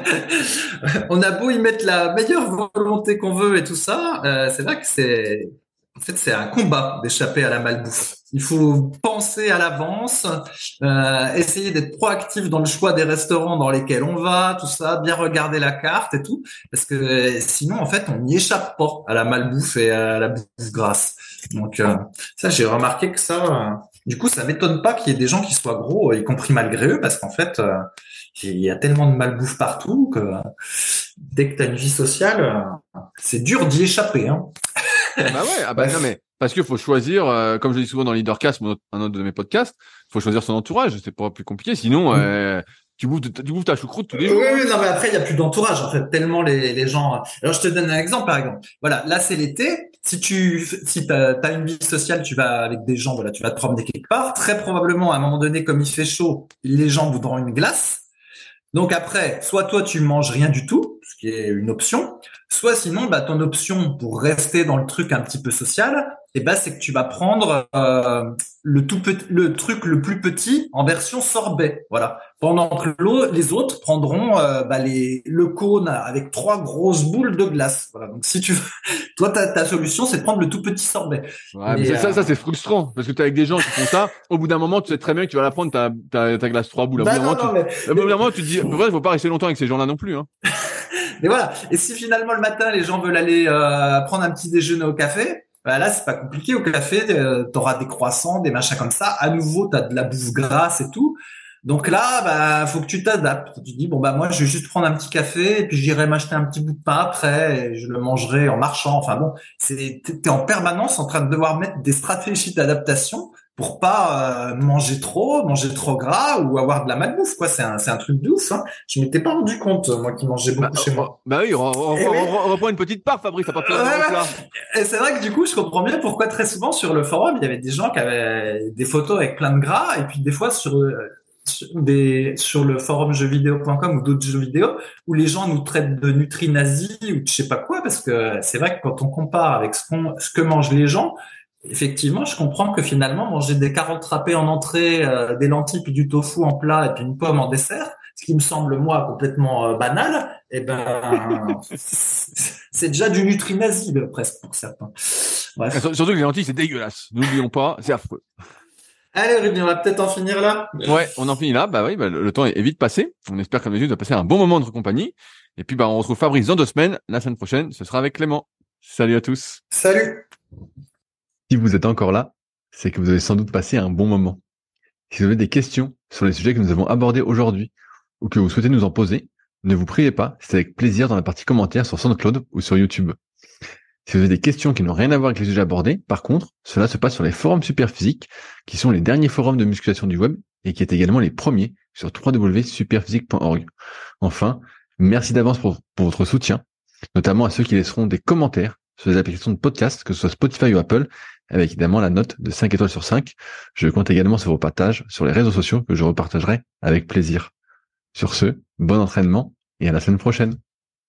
On a beau y mettre la meilleure volonté qu'on veut et tout ça, euh, c'est vrai que c'est, en fait, c'est un combat d'échapper à la malbouffe. Il faut penser à l'avance, euh, essayer d'être proactif dans le choix des restaurants dans lesquels on va, tout ça, bien regarder la carte et tout, parce que euh, sinon, en fait, on n'y échappe pas à la malbouffe et à la bouffe grasse. Donc, euh, ça, j'ai remarqué que ça, euh, du coup, ça m'étonne pas qu'il y ait des gens qui soient gros, y compris malgré eux, parce qu'en fait, euh, il y a tellement de malbouffe partout que euh, dès que tu as une vie sociale, euh, c'est dur d'y échapper, hein. Bah ouais, ah bah non mais parce qu'il faut choisir, euh, comme je dis souvent dans Leadercast, mon autre- un autre de mes podcasts, faut choisir son entourage, c'est pas plus compliqué. Sinon, euh, tu bouffes, tu bouffes ta choucroute tous les Oui, jours. oui, non, mais après, il n'y a plus d'entourage, en fait, tellement les, les gens. Alors, je te donne un exemple, par exemple. Voilà, là, c'est l'été. Si tu, si t'as, t'as une vie sociale, tu vas avec des gens, voilà, tu vas te promener quelque part. Très probablement, à un moment donné, comme il fait chaud, les gens voudront une glace. Donc après, soit toi tu manges rien du tout, ce qui est une option, soit sinon bah ton option pour rester dans le truc un petit peu social, et bah c'est que tu vas prendre euh, le tout petit, le truc le plus petit en version sorbet, voilà. Pendant que l'eau- les autres prendront euh, bah, les le cône avec trois grosses boules de glace, voilà. Donc si tu veux, toi ta, ta solution c'est de prendre le tout petit sorbet. Ouais, mais Mais c'est euh, ça, ça c'est frustrant parce que t'es avec des gens qui font ça. Au bout d'un moment, tu sais très bien que tu vas la prendre ta ta, ta glace trois boules. Au bout bah d'un moment, non tu, non mais au bout d'un moment, tu te dis, il faut pas rester longtemps avec ces gens-là non plus, hein. Mais voilà. Et si finalement le matin les gens veulent aller euh, prendre un petit déjeuner au café, bah là c'est pas compliqué. Au café, euh, t'auras des croissants, des machins comme ça. À nouveau, t'as de la bouffe grasse et tout. Donc là, bah faut que tu t'adaptes. Tu dis bon bah moi je vais juste prendre un petit café et puis j'irai m'acheter un petit bout de pain après et je le mangerai en marchant. Enfin bon, c'est t'es en permanence en train de devoir mettre des stratégies d'adaptation pour pas euh, manger trop, manger trop gras ou avoir de la malbouffe quoi. C'est un c'est un truc de ouf. Hein. Je m'étais pas rendu compte moi qui mangeais Bah, beaucoup chez oh, oh, moi. bah oui, on, on, Et on, oui. on reprend une petite part, Fabrice, t'as pas fait Ouais, un zéro ouais. plat. Et c'est vrai que du coup, je comprends bien pourquoi très souvent sur le forum, il y avait des gens qui avaient des photos avec plein de gras, et puis des fois sur, euh, sur des sur le forum jeux vidéo point com ou d'autres jeux vidéo où les gens nous traitent de nutri-nazis ou de je sais pas quoi, parce que c'est vrai que quand on compare avec ce qu'on ce que mangent les gens, effectivement, je comprends que finalement manger des carottes râpées en entrée, euh, des lentilles puis du tofu en plat et puis une pomme en dessert, ce qui me semble moi complètement euh, banal, eh ben c'est déjà du nutri-nazi presque pour certains. Et Bref. sur- Surtout que les lentilles, c'est dégueulasse. N'oublions pas, c'est affreux. Allez Rudy, on va peut-être en finir là. Ouais, on en finit là. Bah oui, bah, le, le temps est, est vite passé. On espère que mesure de passer un bon moment de notre compagnie. Et puis, bah, on retrouve Fabrice dans deux semaines. La semaine prochaine, ce sera avec Clément. Salut à tous. Salut. Si vous êtes encore là, c'est que vous avez sans doute passé un bon moment. Si vous avez des questions sur les sujets que nous avons abordés aujourd'hui ou que vous souhaitez nous en poser, ne vous priez pas, c'est avec plaisir dans la partie commentaires sur SoundCloud ou sur YouTube. Si vous avez des questions qui n'ont rien à voir avec les sujets abordés, par contre, cela se passe sur les forums Superphysique, qui sont les derniers forums de musculation du web et qui est également les premiers sur w w w point superphysique point org. Enfin, merci d'avance pour, pour votre soutien, notamment à ceux qui laisseront des commentaires sur les applications de podcast, que ce soit Spotify ou Apple, avec évidemment la note de cinq étoiles sur cinq. Je compte également sur vos partages sur les réseaux sociaux que je repartagerai avec plaisir. Sur ce, bon entraînement et à la semaine prochaine.